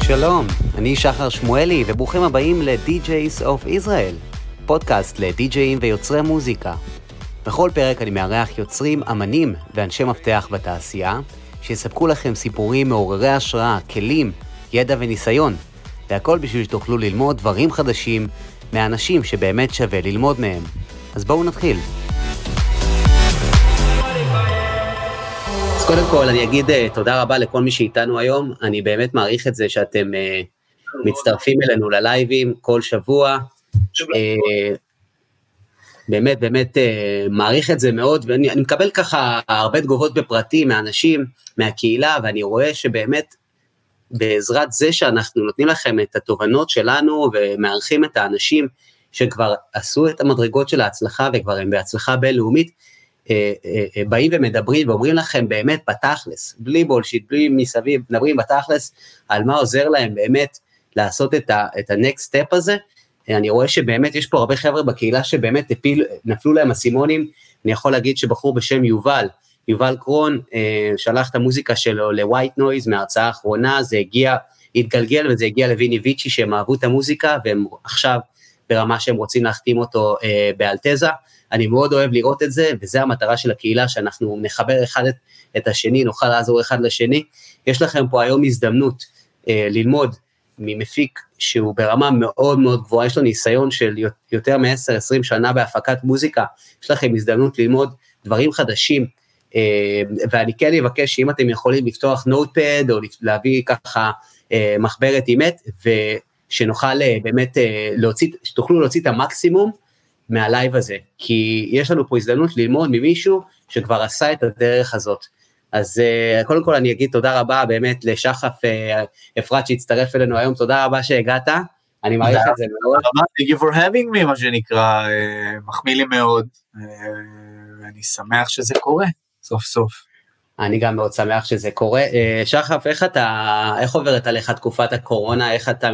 שלום, אני שחר שמואלי וברוכים הבאים ל-DJs of Israel, פודקאסט לדי-ג'אים ויוצרי מוזיקה. בכל פרק אני מארח יוצרים, אמנים ואנשי מפתח בתעשייה, שיספקו לכם סיפורים מעוררי השראה, כלים, ידע וניסיון, והכל בשביל שתוכלו ללמוד דברים חדשים מאנשים שבאמת שווה ללמוד מהם. אז בואו נתחיל. אז קודם כל אני אגיד תודה רבה לכל מי שאיתנו היום, אני באמת מעריך את זה שאתם מצטרפים אלינו ללייבים כל שבוע, באמת מעריך את זה מאוד, ואני מקבל ככה הרבה תגובות בפרטים מהאנשים, מהקהילה, ואני רואה שבאמת בעזרת זה שאנחנו נותנים לכם את התובנות שלנו, ומערכים את האנשים שכבר עשו את המדרגות של ההצלחה, וכבר הם בהצלחה בינלאומית, באים ומדברים ואומרים לכם באמת בתכלס, בלי בולשיט, בלי מסביב, מדברים בתכלס על מה עוזר להם באמת לעשות את ה-next step הזה. אני רואה שבאמת יש פה הרבה חבר'ה בקהילה שבאמת נפלו להם הסימונים. אני יכול להגיד שבחור בשם יובל קרון, שלח את המוזיקה שלו ל-White Noise מההרצאה האחרונה, זה התגלגל וזה הגיע לויני ויצ'י שהם אהבו את המוזיקה, והם עכשיו ברמה שהם רוצים להחתים אותו באלטזה. אני מאוד אוהב לראות את זה, וזה המטרה של הקהילה, שאנחנו נחבר אחד את השני, נוכל לעזור אחד לשני. יש לכם פה היום הזדמנות ללמוד ממפיק שהוא ברמה מאוד מאוד גבוהה, יש לו ניסיון של יותר מ-10-20 שנה בהפקת מוזיקה, יש לכם הזדמנות ללמוד דברים חדשים, ואני כן אבקש שאם אתם יכולים לפתוח נוטפד, או להביא ככה מחברת אימת, ושנוכל באמת שתוכלו להוציא את המקסימום מהלייב הזה, כי יש לנו פה הזדמנות ללמוד ממישהו שכבר עשה את הדרך הזאת. אז קודם כל אני אגיד תודה רבה באמת לשחף אפרת שהצטרף אלינו היום, תודה רבה שהגעת, אני מעריך את זה מאוד. Thank you for having me, מה שנקרא, מחמיא לי מאוד, ואני שמח שזה קורה, סוף סוף. אני גם מאוד שמח שזה קורה. שחף, איך עוברת עליך תקופת הקורונה, איך אתה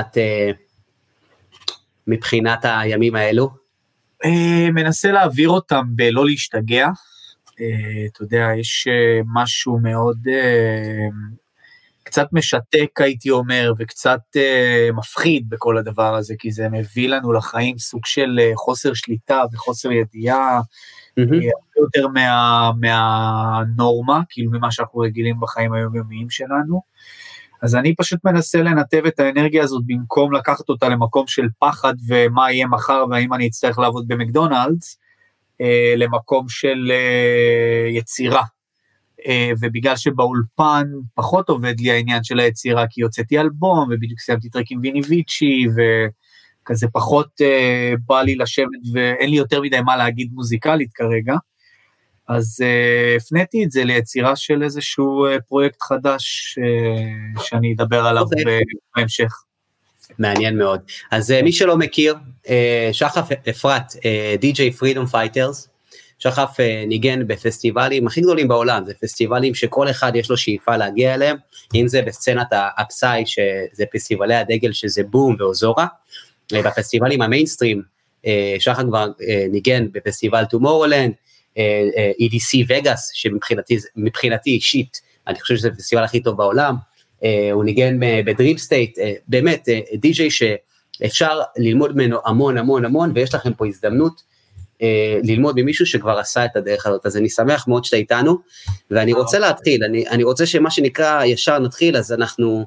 מבחינת הימים האלו? מנסה להעביר אותם בלא להשתגע, אתה יודע, יש משהו מאוד קצת משתק הייתי אומר, וקצת מפחיד בכל הדבר הזה, כי זה מביא לנו לחיים סוג של חוסר שליטה וחוסר ידיעה, יותר מהנורמה, כאילו ממה שאנחנו רגילים בחיים היומיומיים שלנו. אז אני פשוט מנסה לנתב את האנרגיה הזאת, במקום לקחת אותה למקום של פחד, ומה יהיה מחר, והאם אני אצטרך לעבוד במקדונלדס, למקום של יצירה, ובגלל שבאולפן פחות עובד לי העניין של היצירה, כי יוצאתי אלבום, ובדיוק סיימתי טרק עם ויני ויצ'י, וכזה פחות בא לי לשבת, ואין לי יותר מדי מה להגיד מוזיקלית כרגע, אז הפניתי את זה ליצירה של איזשהו פרויקט חדש, שאני אדבר עליו בהמשך. מעניין מאוד. אז מי שלא מכיר, שחף אפרת, DJ Freedom Fighters, שחף ניגן בפסטיבלים הכי גדולים בעולם, זה פסטיבלים שכל אחד יש לו שאיפה להגיע אליהם, אם זה בסצנת האפסאי, שזה פסטיבלי הדגל שזה בום ואוזורה, בפסטיבלים המיינסטרים, שחף כבר ניגן בפסטיבל טומורולנד, EDC וגאס, שמבחינתי אישית, אני חושב שזה הפסטיבל הכי טוב בעולם, הוא ניגן בדרים סטייט, באמת די-ג'יי שאפשר ללמוד ממנו המון המון המון, ויש לכם פה הזדמנות ללמוד ממישהו שכבר עשה את הדרך הזאת, אז אני שמח מאוד שאתה איתנו, ואני רוצה להתחיל, אני רוצה שמה שנקרא ישר נתחיל, אז אנחנו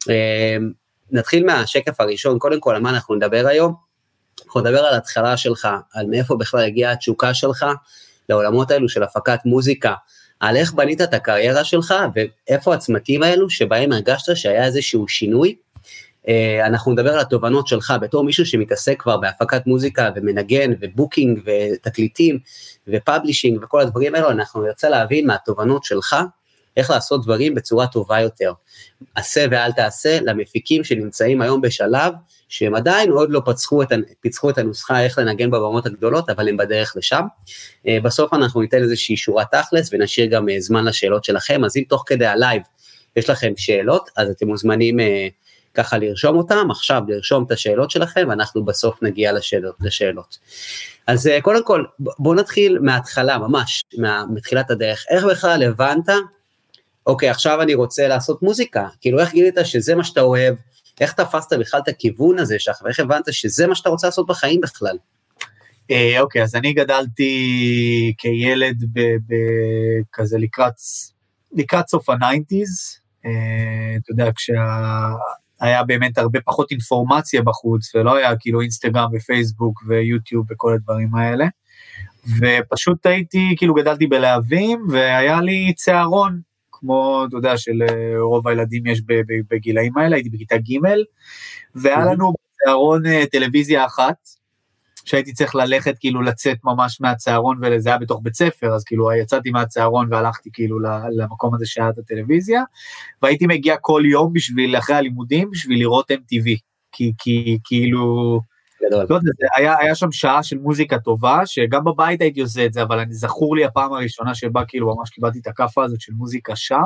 נתחיל מהשקף הראשון, קודם כל על מה אנחנו נדבר היום, אנחנו נדבר על ההתחלה שלך, על מאיפה בכלל הגיעה התשוקה שלך, לעולמות האלו של הפקת מוזיקה, על איך בנית את הקריירה שלך, ואיפה הצמתים האלו שבהם הרגשת שהיה איזשהו שינוי, אנחנו נדבר על התובנות שלך, בתור מישהו שמתעסק כבר בהפקת מוזיקה, ומנגן, ובוקינג, ותקליטים, ופאבלישינג, וכל הדברים האלו, אנחנו נרצה להבין מהתובנות שלך, איך לעשות דברים בצורה טובה יותר. עשה ואל תעשה, למפיקים שנמצאים היום בשלב, שהם עדיין עוד לא פיצחו את הנוסחה איך לנגן בבמות הגדולות, אבל הם בדרך לשם. בסוף אנחנו ניתן איזושהי שורה תכלס, ונשאיר גם זמן לשאלות שלכם, אז אם תוך כדי הלייב יש לכם שאלות, אז אתם מוזמנים ככה לרשום אותם, עכשיו לרשום את השאלות שלכם, ואנחנו בסוף נגיע לשאלות. אז קודם כל, בואו נתחיל מההתחלה, ממש, מתחילת הדרך. איך בכלל הבנת אוקיי, עכשיו אני רוצה לעשות מוזיקה, כאילו איך גילית שזה מה שאתה אוהב, איך תפסת בכלל את הכיוון הזה שלך, ואיך הבנת שזה מה שאתה רוצה לעשות בחיים בכלל? אוקיי, אז אני גדלתי כילד כזה לקראת סוף ה-90s, אתה יודע, היה באמת הרבה פחות אינפורמציה בחוץ, ולא היה כאילו אינסטגרם ופייסבוק ויוטיוב וכל הדברים האלה, ופשוט הייתי, כאילו גדלתי בלהבים, והיה לי צהרון, כמו, אתה יודע, של רוב הילדים יש בגילאים האלה, הייתי בכיתה ג', והיה לנו צהרון טלוויזיה אחת, שהייתי צריך ללכת, כאילו לצאת ממש מהצהרון, וזה היה בתוך בית ספר, אז כאילו יצאתי מהצהרון, והלכתי כאילו למקום הזה שהיה את הטלוויזיה, והייתי מגיע כל יום בשביל, אחרי הלימודים, בשביל לראות MTV, כי כאילו, לא יודע, היה שם שעה של מוזיקה טובה, שגם בבית הייתי עושה את זה, אבל אני זכור לי הפעם הראשונה שבה כאילו ממש קיבלתי את הכאפה הזאת של מוזיקה שם,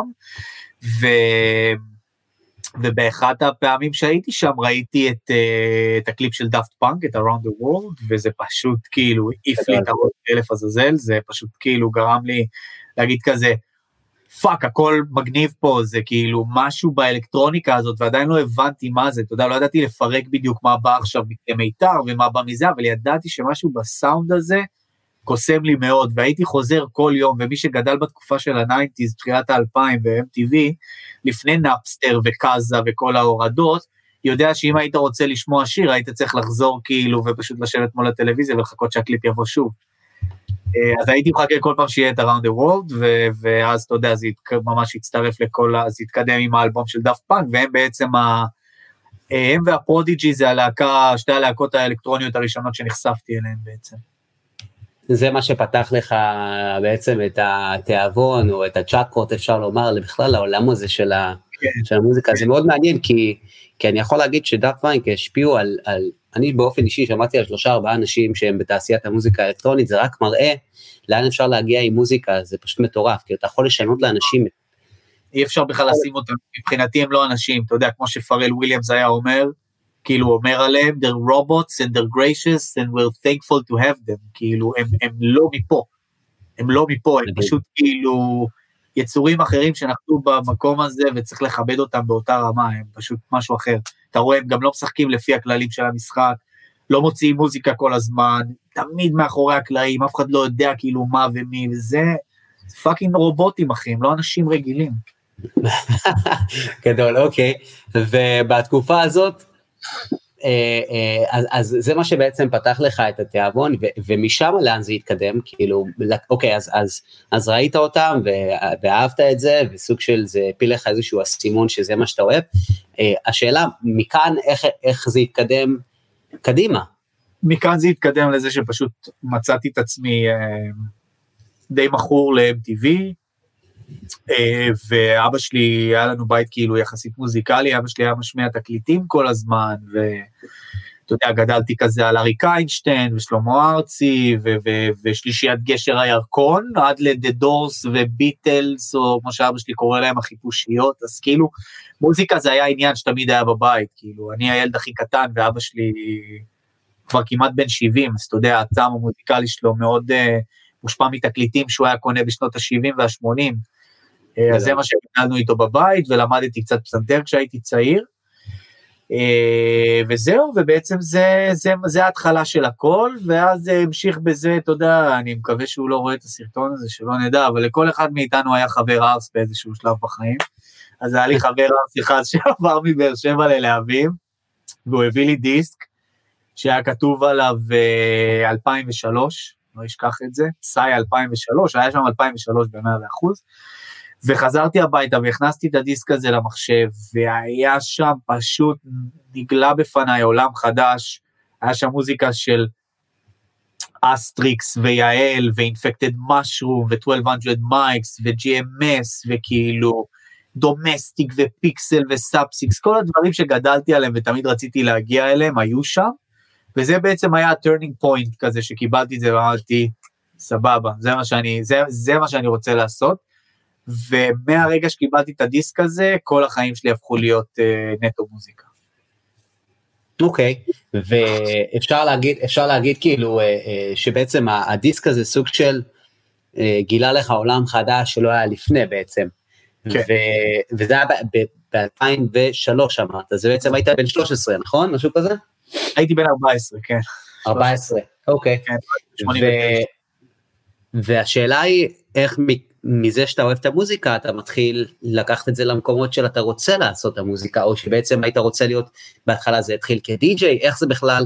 ובאחת הפעמים שהייתי שם ראיתי את הקליפ של דאפט פאנק, את Around the World, וזה פשוט כאילו העיף לי את הראש אלף עזאזל, זה פשוט כאילו גרם לי להגיד כזה, פאק, הכל מגניב פה, זה כאילו משהו באלקטרוניקה הזאת, ועדיין לא הבנתי מה זה, אתה יודע, לא ידעתי לפרק בדיוק מה בא עכשיו מיתר ומה בא מזה, אבל ידעתי שמשהו בסאונד הזה קוסם לי מאוד, והייתי חוזר כל יום, ומי שגדל בתקופה של ה-90s, תחילת ה-2000 ו-MTV, לפני נאפסטר וקאזה וכל ההורדות, יודע שאם היית רוצה לשמוע שיר, היית צריך לחזור כאילו, ופשוט לשבת מול הטלוויזיה, ולחכות שהקליפ יבוא שוב. אז הייתי מחכה כל פעם שיהיה את Around the World, ואז אתה יודע, זה ממש הצטרף לכל, אז התקדם עם האלבום של דאפט פאנק, והם בעצם, הם והפרודיג'י זה הלהקה, שתי הלהקות האלקטרוניות הראשונות שנחשפתי אליהן בעצם. זה מה שפתח לך בעצם את התיאבון, או את הצ'קרות, אפשר לומר, בכלל לעולם הזה של המוזיקה. זה מאוד מעניין, כי אני יכול להגיד שדאפט פאנק השפיעו על, אני באופן אישי שמעתי על 3-4 אנשים שהם בתעשיית המוזיקה האלקטרונית, זה רק מראה לאן אפשר להגיע עם מוזיקה, זה פשוט מטורף, כי אתה יכול לשנות לאנשים. אי אפשר בכלל לשים אותם, מבחינתי הם לא אנשים, אתה יודע, כמו שפרל וויליאמס היה אומר, כאילו הוא אומר עליהם, they're robots and they're gracious and we're thankful to have them, כאילו הם לא מפה, הם לא מפה, הם פשוט כאילו יצורים אחרים שנחתו במקום הזה וצריך לכבד אותם באותה רמה, הם פשוט משהו אחר, אתה רואה, הם גם לא משחקים לפי הכללים של המשחק, לא מוציאים מוזיקה כל הזמן, תמיד מאחורי הקלעים, אף אחד לא יודע כאילו מה ומי, וזה פאקינג רובוטים אחים, לא אנשים רגילים. גדול, אוקיי, ובתקופה הזאת, אז זה מה שבעצם פתח לך את התיאבון, ומשם לאן זה יתקדם, כאילו, אוקיי, אז ראית אותם, ואהבת את זה, וסוג של זה הפיל לך איזשהו הסימון שזה מה שאתה אוהב, השאלה, מכאן איך זה יתקדם קדימה? מכאן זה יתקדם לזה שפשוט מצאתי את עצמי די מכור ל-MTV, ואבא שלי, היה לנו בית כאילו יחסית מוזיקלי, אבא שלי היה משמיע תקליטים כל הזמן, ואתה יודע, גדלתי כזה על אריק איינשטיין, ושלמה ארצי, ושלישיית גשר הירקון, עד לדדורס וביטלס, או כמו שאבא שלי קורא להם החיפושיות, אז כאילו, מוזיקה זה היה עניין שתמיד היה בבית, כאילו, אני הילד הכי קטן, ואבא שלי כבר כמעט בן 70, אז אתה יודע, הטעם המוזיקלי שלו מאוד מושפע מתקליטים שהוא היה קונה בשנות ה-70 וה-80, אז זה מה שגדלנו איתו בבית, ולמדתי קצת פסנתר כשהייתי צעיר, וזהו, ובעצם זה ההתחלה של הכל, ואז המשיך בזה, אתה יודע, אני מקווה שהוא לא רואה את הסרטון הזה, שלא נדע, אבל לכל אחד מאיתנו היה חבר ארס באיזשהו שלב בחיים, אז היה לי חבר ארס אחד שעבר מבאר שבע ללהבים, והוא הביא לי דיסק, שהיה כתוב עליו 2003, לא אשכח את זה, סאי 2003, היה שם 2003 ב-100%, וחזרתי הביתה והכנסתי את הדיסק הזה למחשב, והיה שם פשוט נגלה בפניי עולם חדש, היה שם מוזיקה של אסטריקס ויעל, ואינפקטד משרום, ו-1200 מייקס, ו-GMS, וכאילו דומסטיק ופיקסל וסאבסיקס, כל הדברים שגדלתי עליהם ותמיד רציתי להגיע אליהם, היו שם, וזה בעצם היה הטרנינג פוינט כזה, שקיבלתי את זה ואמרתי, סבבה, זה מה שאני רוצה לעשות, ומהרגע שקיבלתי את הדיסק הזה, כל החיים שלי הפכו להיות נטו מוזיקה. אוקיי, ואפשר להגיד כאילו, שבעצם הדיסק הזה סוג של, גילה לך עולם חדש שלא היה לפני בעצם, וזה היה ב-2003 אמרת, אז בעצם היית בן 13, נכון? משהו כזה? הייתי בן 14, כן. 14, אוקיי. והשאלה היא, איך מזה שאתה אוהב את המוזיקה, אתה מתחיל לקחת את זה למקומות שאתה רוצה לעשות את המוזיקה, או שבעצם היית רוצה להיות, בהתחלה זה התחיל כדי-ג'יי, איך זה בכלל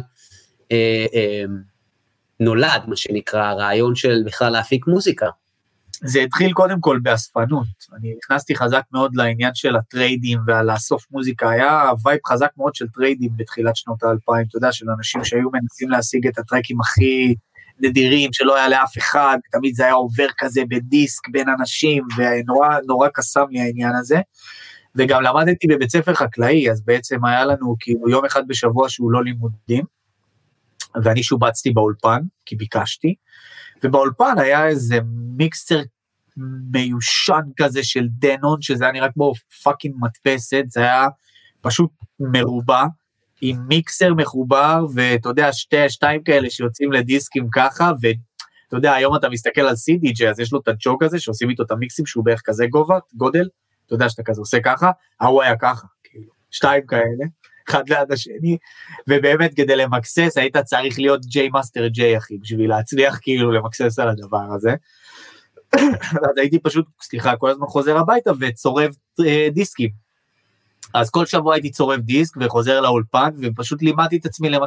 נולד, מה שנקרא, הרעיון של בכלל להפיק מוזיקה? זה התחיל קודם כל באספנות, אני נכנסתי חזק מאוד לעניין של הטריידים והלאסוף מוזיקה, היה וייב חזק מאוד של טריידים בתחילת שנות ה-2000, אתה יודע, של אנשים שהיו מנסים להשיג את הטרקים הכי נדירים, שלא היה לאף אחד, תמיד זה היה עובר כזה בדיסק בין אנשים, ונורא קסם לי העניין הזה, וגם למדתי בבית ספר חקלאי, אז בעצם היה לנו כאילו יום אחד בשבוע שהוא לא לימודים, ואני שובצתי באולפן, כי ביקשתי, ובאולפן היה איזה מיקסר מיושן כזה של דנון, שזה היה נראה כמו פאקינג מדפסת, זה היה פשוט מרובע, עם מיקסר מחובר, ואתה יודע, שתיים כאלה שיוצאים לדיסקים ככה, ואתה יודע, היום אתה מסתכל על CDJ, אז יש לו את הג'וק הזה, שעושים איתו את המיקסים, שהוא בערך כזה גודל, אתה יודע שאתה כזה עושה ככה, הוא היה ככה, כאילו, שתיים כאלה, אחד ליד השני, ובאמת כדי למקסס, היית צריך להיות J Master J, אחי, בשביל להצליח כאילו למקסס על הדבר הזה, אז הייתי פשוט, סליחה, כל הזמן חוזר הביתה, וצורב דיסקים, אז כל שבוע הייתי צורב דיסק, וחוזר לאולפן, ופשוט לימדתי את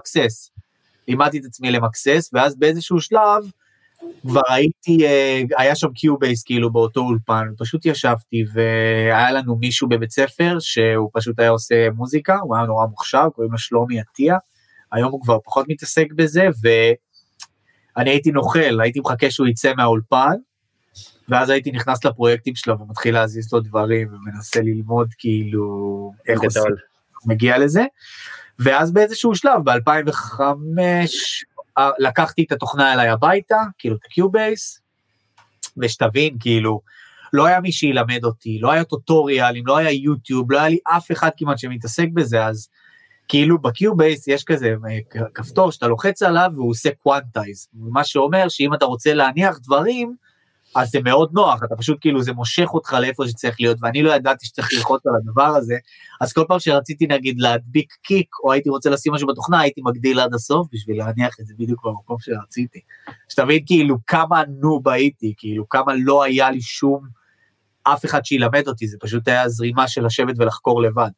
עצמי למקסס, ואז באיזשהו שלב, כבר היה שם קיובייס כאילו באותו אולפן, פשוט ישבתי, והיה לנו מישהו בבית ספר, שהוא פשוט היה עושה מוזיקה, הוא היה נורא מוכשר, קוראים לו שלומי עטיה, היום הוא כבר פחות מתעסק בזה, ואני הייתי נוכל, הייתי מחכה שהוא יצא מהאולפן, ואז הייתי נכנס לפרויקטים שלו, ומתחיל להזיז לו דברים, ומנסה ללמוד כאילו, איך עושים, מגיע לזה, ואז באיזשהו שלב, ב-2005, לקחתי את התוכנה אליי הביתה, כאילו את הקיובייס, ושתבין, כאילו, לא היה מי שילמד אותי, לא היה טוטוריאלים, לא היה יוטיוב, לא היה לי אף אחד כמעט שמתעסק בזה, אז כאילו בקיובייס יש כזה כפתור שאתה לוחץ עליו, והוא עושה קוונטייז, מה שאומר שאם אתה רוצה להניח דברים, אז זה מאוד נוח, אתה פשוט כאילו זה מושך אותך לאיפה שצריך להיות, ואני לא ידעתי שצריך ללחוץ על הדבר הזה, אז כל פעם שרציתי נגיד להדביק קיק, או הייתי רוצה לשים משהו בתוכנה, הייתי מגדיל עד הסוף, בשביל להניח את זה בדיוק במקום שרציתי. שתבין כאילו כמה נוב הייתי, כאילו כמה לא היה לי שום, אף אחד שילמד אותי, זה פשוט היה זרימה של לשבת ולחקור לבד.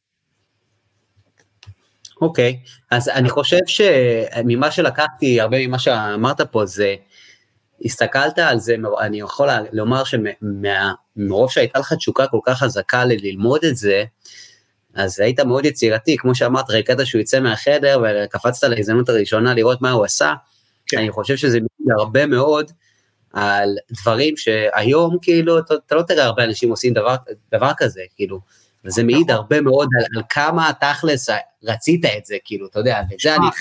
אוקיי, אז אני חושב שממה שלקחתי, הרבה ממה שאמרת פה זה, הסתכלת על זה, אני יכול לומר שמרוב שהייתה לך תשוקה כל כך חזקה ללמוד את זה, אז היית מאוד יצירתי, כמו שאמרת, ראית שהוא יצא מהחדר, וקפצת להזדמנות הראשונה לראות מה הוא עשה, כן. אני חושב שזה מעיד הרבה מאוד, על דברים שהיום, כאילו, אתה לא תראה הרבה אנשים עושים דבר כזה, כאילו, וזה מעיד הרבה מאוד על כמה תכלס רצית את זה, כאילו, אתה יודע, וזה אני...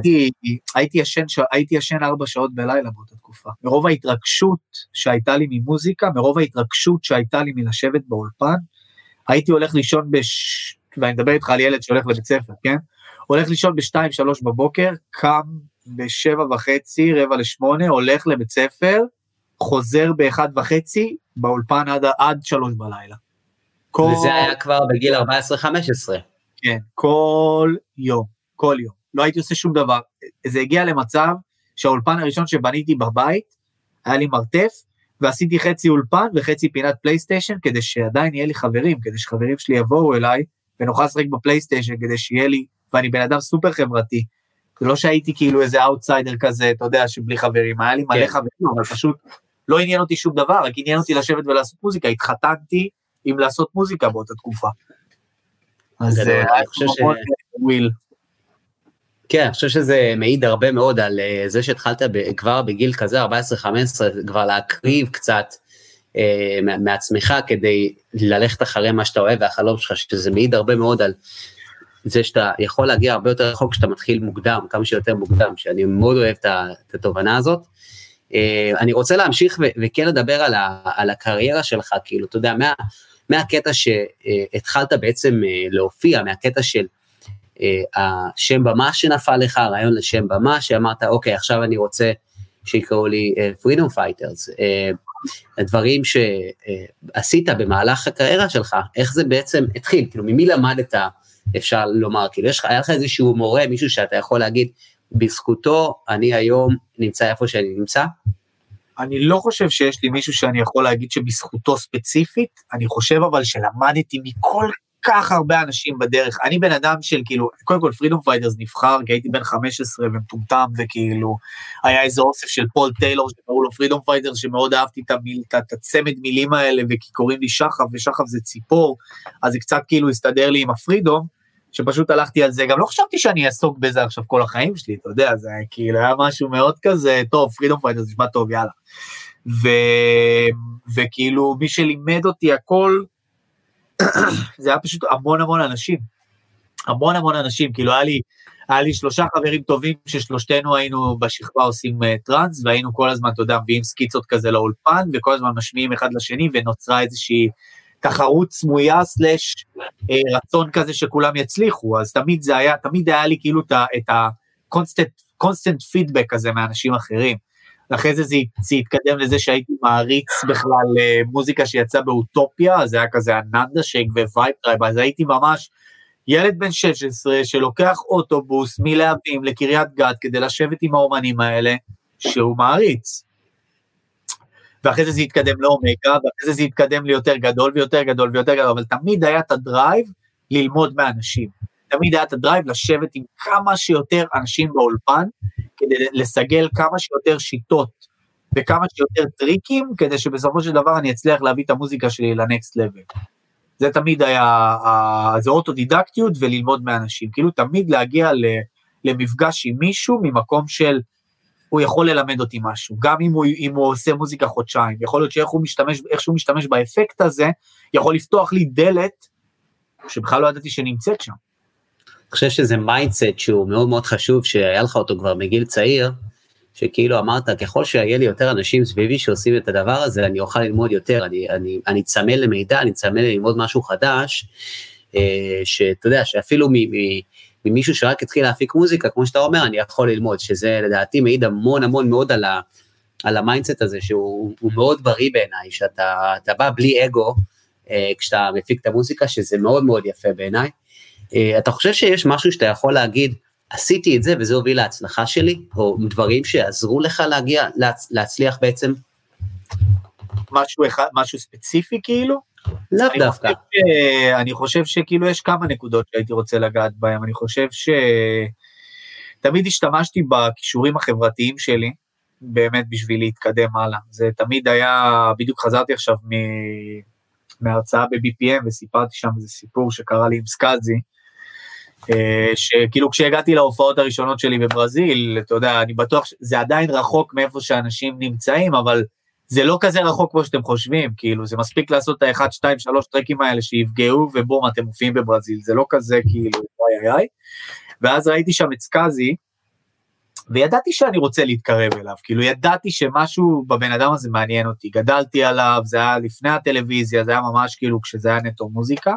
הייתי ישן 4 שעות בלילה באותה תקופה, מרוב ההתרגשות שהייתה לי ממוזיקה, מרוב ההתרגשות שהייתה לי מלשבת באולפן, הייתי הולך לישון ואני מדבר איתך על ילד שהולך לבית ספר, כן? הולך לישון ב-2-3 בבוקר, קם ב-7:30, 7:45, הולך לבית ספר, חוזר ב-1:30, באולפן עד 3 בלילה. וזה היה כבר בגיל 14-15. כן, כל יום. לא הייתי עושה שום דבר. זה הגיע למצב שהאולפן הראשון שבניתי בבית, היה לי מרתף, ועשיתי חצי אולפן וחצי פינת פלייסטיישן, כדי שעדיין יהיה לי חברים, כדי שחברים שלי יבואו אליי, ונוכל לשחק בפלייסטיישן, כדי שיהיה לי, ואני בן אדם סופר חברתי. זה לא שהייתי כאילו איזה אאוטסיידר כזה, אתה יודע, שבלי חברים, היה לי מלא חברים, אבל פשוט לא עניין אותי שום דבר, רק עניין אותי לשבת ולעשות מוזיקה, התחתנתי עם לעשות מוזיקה באותה תקופה. אז אני חושב וויל. כן, אני חושב שזה מעיד הרבה מאוד על זה שהתחלת כבר בגיל כזה, 14-15, כבר להקריב קצת מעצמך, כדי ללכת אחרי מה שאתה אוהב, והחלום שלך, שזה מעיד הרבה מאוד על זה שאתה יכול להגיע הרבה יותר רחוק, כשאתה מתחיל מוקדם, כמה שיותר מוקדם, שאני מאוד אוהב את התובנה הזאת. אני רוצה להמשיך וכן לדבר על הקריירה שלך, כאילו, אתה יודע, מהקטע שהתחלת בעצם להופיע, מהקטע של השם במה שנפל לך, הרעיון לשם במה, שאמרת, אוקיי, עכשיו אני רוצה שיקראו לי Freedom Fighters. הדברים שעשית במהלך הקריירה שלך, איך זה בעצם התחיל, כאילו ממי למדת, אפשר לומר, כאילו היה לך איזשהו מורה, מישהו שאתה יכול להגיד, בזכותו אני היום נמצא איפה שאני נמצא? אני לא חושב שיש לי מישהו שאני יכול להגיד שבזכותו ספציפית, אני חושב אבל שלמדתי מכל כך הרבה אנשים בדרך, אני בן אדם של כאילו, קודם כל פרידום פייטרס נבחר, כי הייתי בן 15 ומטומטם, וכאילו, היה איזה אוסף של פול טיילור, שקראו לו פרידום פייטרס, שמאוד אהבתי את הצמד מילים האלה, וכי קוראים לי שחף, ושחף זה ציפור, אז זה קצת כאילו הסתדר לי עם הפרידום, שפשוט הלכתי על זה, גם לא חשבתי שאני אעסוק בזה עכשיו כל החיים שלי, אתה יודע, זה כאילו היה משהו מאוד כזה, טוב, פרידום פייטרס נשמע טוב, יאללה. וכאילו מי שלימד אותי הכל, זה היה פשוט המון המון אנשים, כאילו היה לי 3 חברים טובים, ששלושתנו היינו בשכבה עושים טרנס, והיינו כל הזמן, אתה יודע, מביאים סקיצות כזה לאולפן, וכל הזמן משמיעים אחד לשני, ונוצרה איזושהי תחרות סמויה סלש רצון כזה שכולם יצליחו, אז תמיד היה לי כאילו את ה-constant feedback הזה מאנשים אחרים, אחרי זה התקדם לזה שהייתי מעריץ בכלל מוזיקה שיצאה באוטופיה, זה היה כזה אננדה שייק ווייב טרייב, אז הייתי ממש ילד בן 16 שלוקח אוטובוס מלהבים לקריית גת כדי לשבת עם האומנים האלה שהוא מעריץ. ואחרי זה התקדם לאומגה, ואחרי זה התקדם ליותר גדול ויותר גדול ויותר גדול, אבל תמיד היה את הדרייב ללמוד מאנשים. תמיד היה את הדרייב לשבת עם כמה שיותר אנשים באולפן, כדי לסגל כמה שיותר שיטות, וכמה שיותר טריקים, כדי שבסופו של דבר אני אצליח להביא את המוזיקה שלי לנקסט לבל. זה תמיד היה, זה אוטודידקטיות וללמוד מאנשים, כאילו תמיד להגיע למפגש עם מישהו, ממקום של, הוא יכול ללמד אותי משהו, גם אם הוא עושה מוזיקה חודשיים, יכול להיות שאיך שהוא משתמש באפקט הזה, יכול לפתוח לי דלת, שבכלל לא ידעתי שנמצאת שם. אני חושב שזה מיינדסט שהוא מאוד מאוד חשוב, שהיה לך אותו כבר מגיל צעיר, שכאילו אמרת, ככל שיהיה לי יותר אנשים סביבי שעושים את הדבר הזה, אני אוכל ללמוד יותר, אני צמא למידע, אני צמא ללמוד משהו חדש, שאתה יודע, שאפילו ממישהו שרק התחיל להפיק מוזיקה, כמו שאתה אומר, אני יכול ללמוד, שזה לדעתי מעיד המון המון מאוד על המיינדסט הזה, שהוא מאוד בריא בעיניי, שאתה בא בלי אגו, כשאתה מפיק את המוזיקה, שזה מאוד מאוד יפה בעיניי. אתה חושב שיש משהו שאתה יכול להגיד, עשיתי את זה וזה הוביל להצלחה שלי, או דברים שעזרו לך להצליח בעצם? משהו ספציפי כאילו? לאו דווקא. אני חושב שכאילו יש כמה נקודות שהייתי רוצה לגעת בהם, אני חושב שתמיד השתמשתי בכישורים החברתיים שלי, באמת בשביל להתקדם הלאה, זה תמיד היה, בדיוק חזרתי עכשיו מההרצאה ב-BPM, וסיפרתי שם איזה סיפור שקרה לי עם סקאזי, שכאילו כשהגעתי להופעות הראשונות שלי בברזיל, אתה יודע, אני בטוח שזה עדיין רחוק מאיפה שאנשים נמצאים, אבל זה לא כזה רחוק כמו שאתם חושבים, כאילו זה מספיק לעשות את ה-1, 2, 3 טרקים האלה שיפגעו, ובום, אתם מופיעים בברזיל, זה לא כזה כאילו, איי, ואז ראיתי שם את סקאזי, וידעתי שאני רוצה להתקרב אליו, כאילו ידעתי שמשהו בבן אדם הזה מעניין אותי, גדלתי עליו, זה היה לפני הטלוויזיה, זה היה ממש כאילו כשזה היה נטו מוזיקה,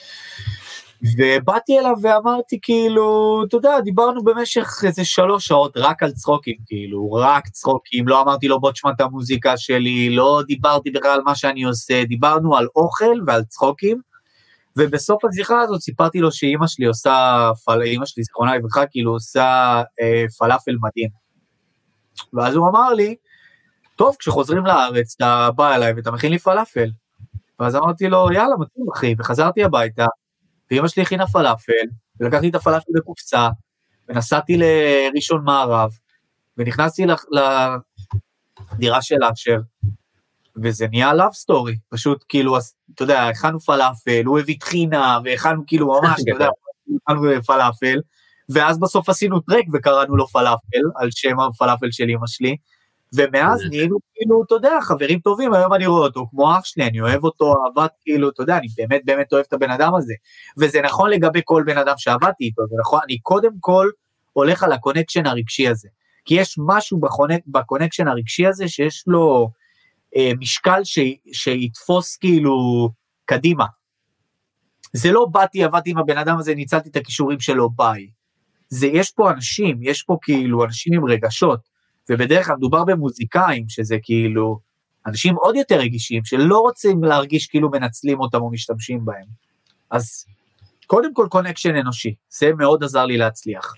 ובאתי אליו ואמרתי כאילו, אתה יודע, דיברנו במשך איזה 3 שעות רק על צחוקים, כאילו, רק צחוקים, לא אמרתי לו בוא תשמע את המוזיקה שלי, לא דיברתי בכלל על מה שאני עושה, דיברנו על אוכל ועל צחוקים, ובסוף השיחה הזאת סיפרתי לו שאמא שלי עושה, אמא שלי זיכרונה לברכה, כאילו עושה פלאפל מדהים, ואז הוא אמר לי, טוב, כשחוזרים לארץ, אתה בא אליי ואתה מכין לי פלאפל, ואז אמרתי לו, יאללה, מתאים אחי, וחזרתי הביתה, ואמא שלי הכינה פלאפל, ולקחתי את הפלאפל בקופסה, ונסעתי לראשון מערב, ונכנסתי לדירה של אשר, וזה נהיה love story, פשוט כאילו, אתה יודע, הכנו פלאפל, הוא הביא תחינה, והכנו כאילו ממש, אתה יודע, הכנו פלאפל, ואז בסוף עשינו טרק, וקראנו לו פלאפל, על שם הפלאפל של אמא שלי, ומאז נהיינו כאילו, אתה יודע, חברים טובים, היום אני רואה אותו כמו אח שלי, אני אוהב אותו, אהבת כאילו, אתה יודע, אני באמת באמת אוהב את הבן אדם הזה, וזה נכון לגבי כל בן אדם שעבדתי איתו, זה נכון, אני קודם כל הולך על הקונקשן הרגשי הזה, כי יש משהו בקונקשן הרגשי הזה, שיש לו משקל שיתפוס כאילו קדימה, זה לא באתי, עבדתי עם הבן אדם הזה, ניצלתי את הכישורים שלו, ביי, זה יש פה אנשים, יש פה כאילו אנשים עם רגשות, ובדרך כלל מדובר במוזיקאים, שזה כאילו, אנשים עוד יותר רגישים, שלא רוצים להרגיש כאילו מנצלים אותם או משתמשים בהם. אז קודם כל קונקשן אנושי, זה מאוד עזר לי להצליח.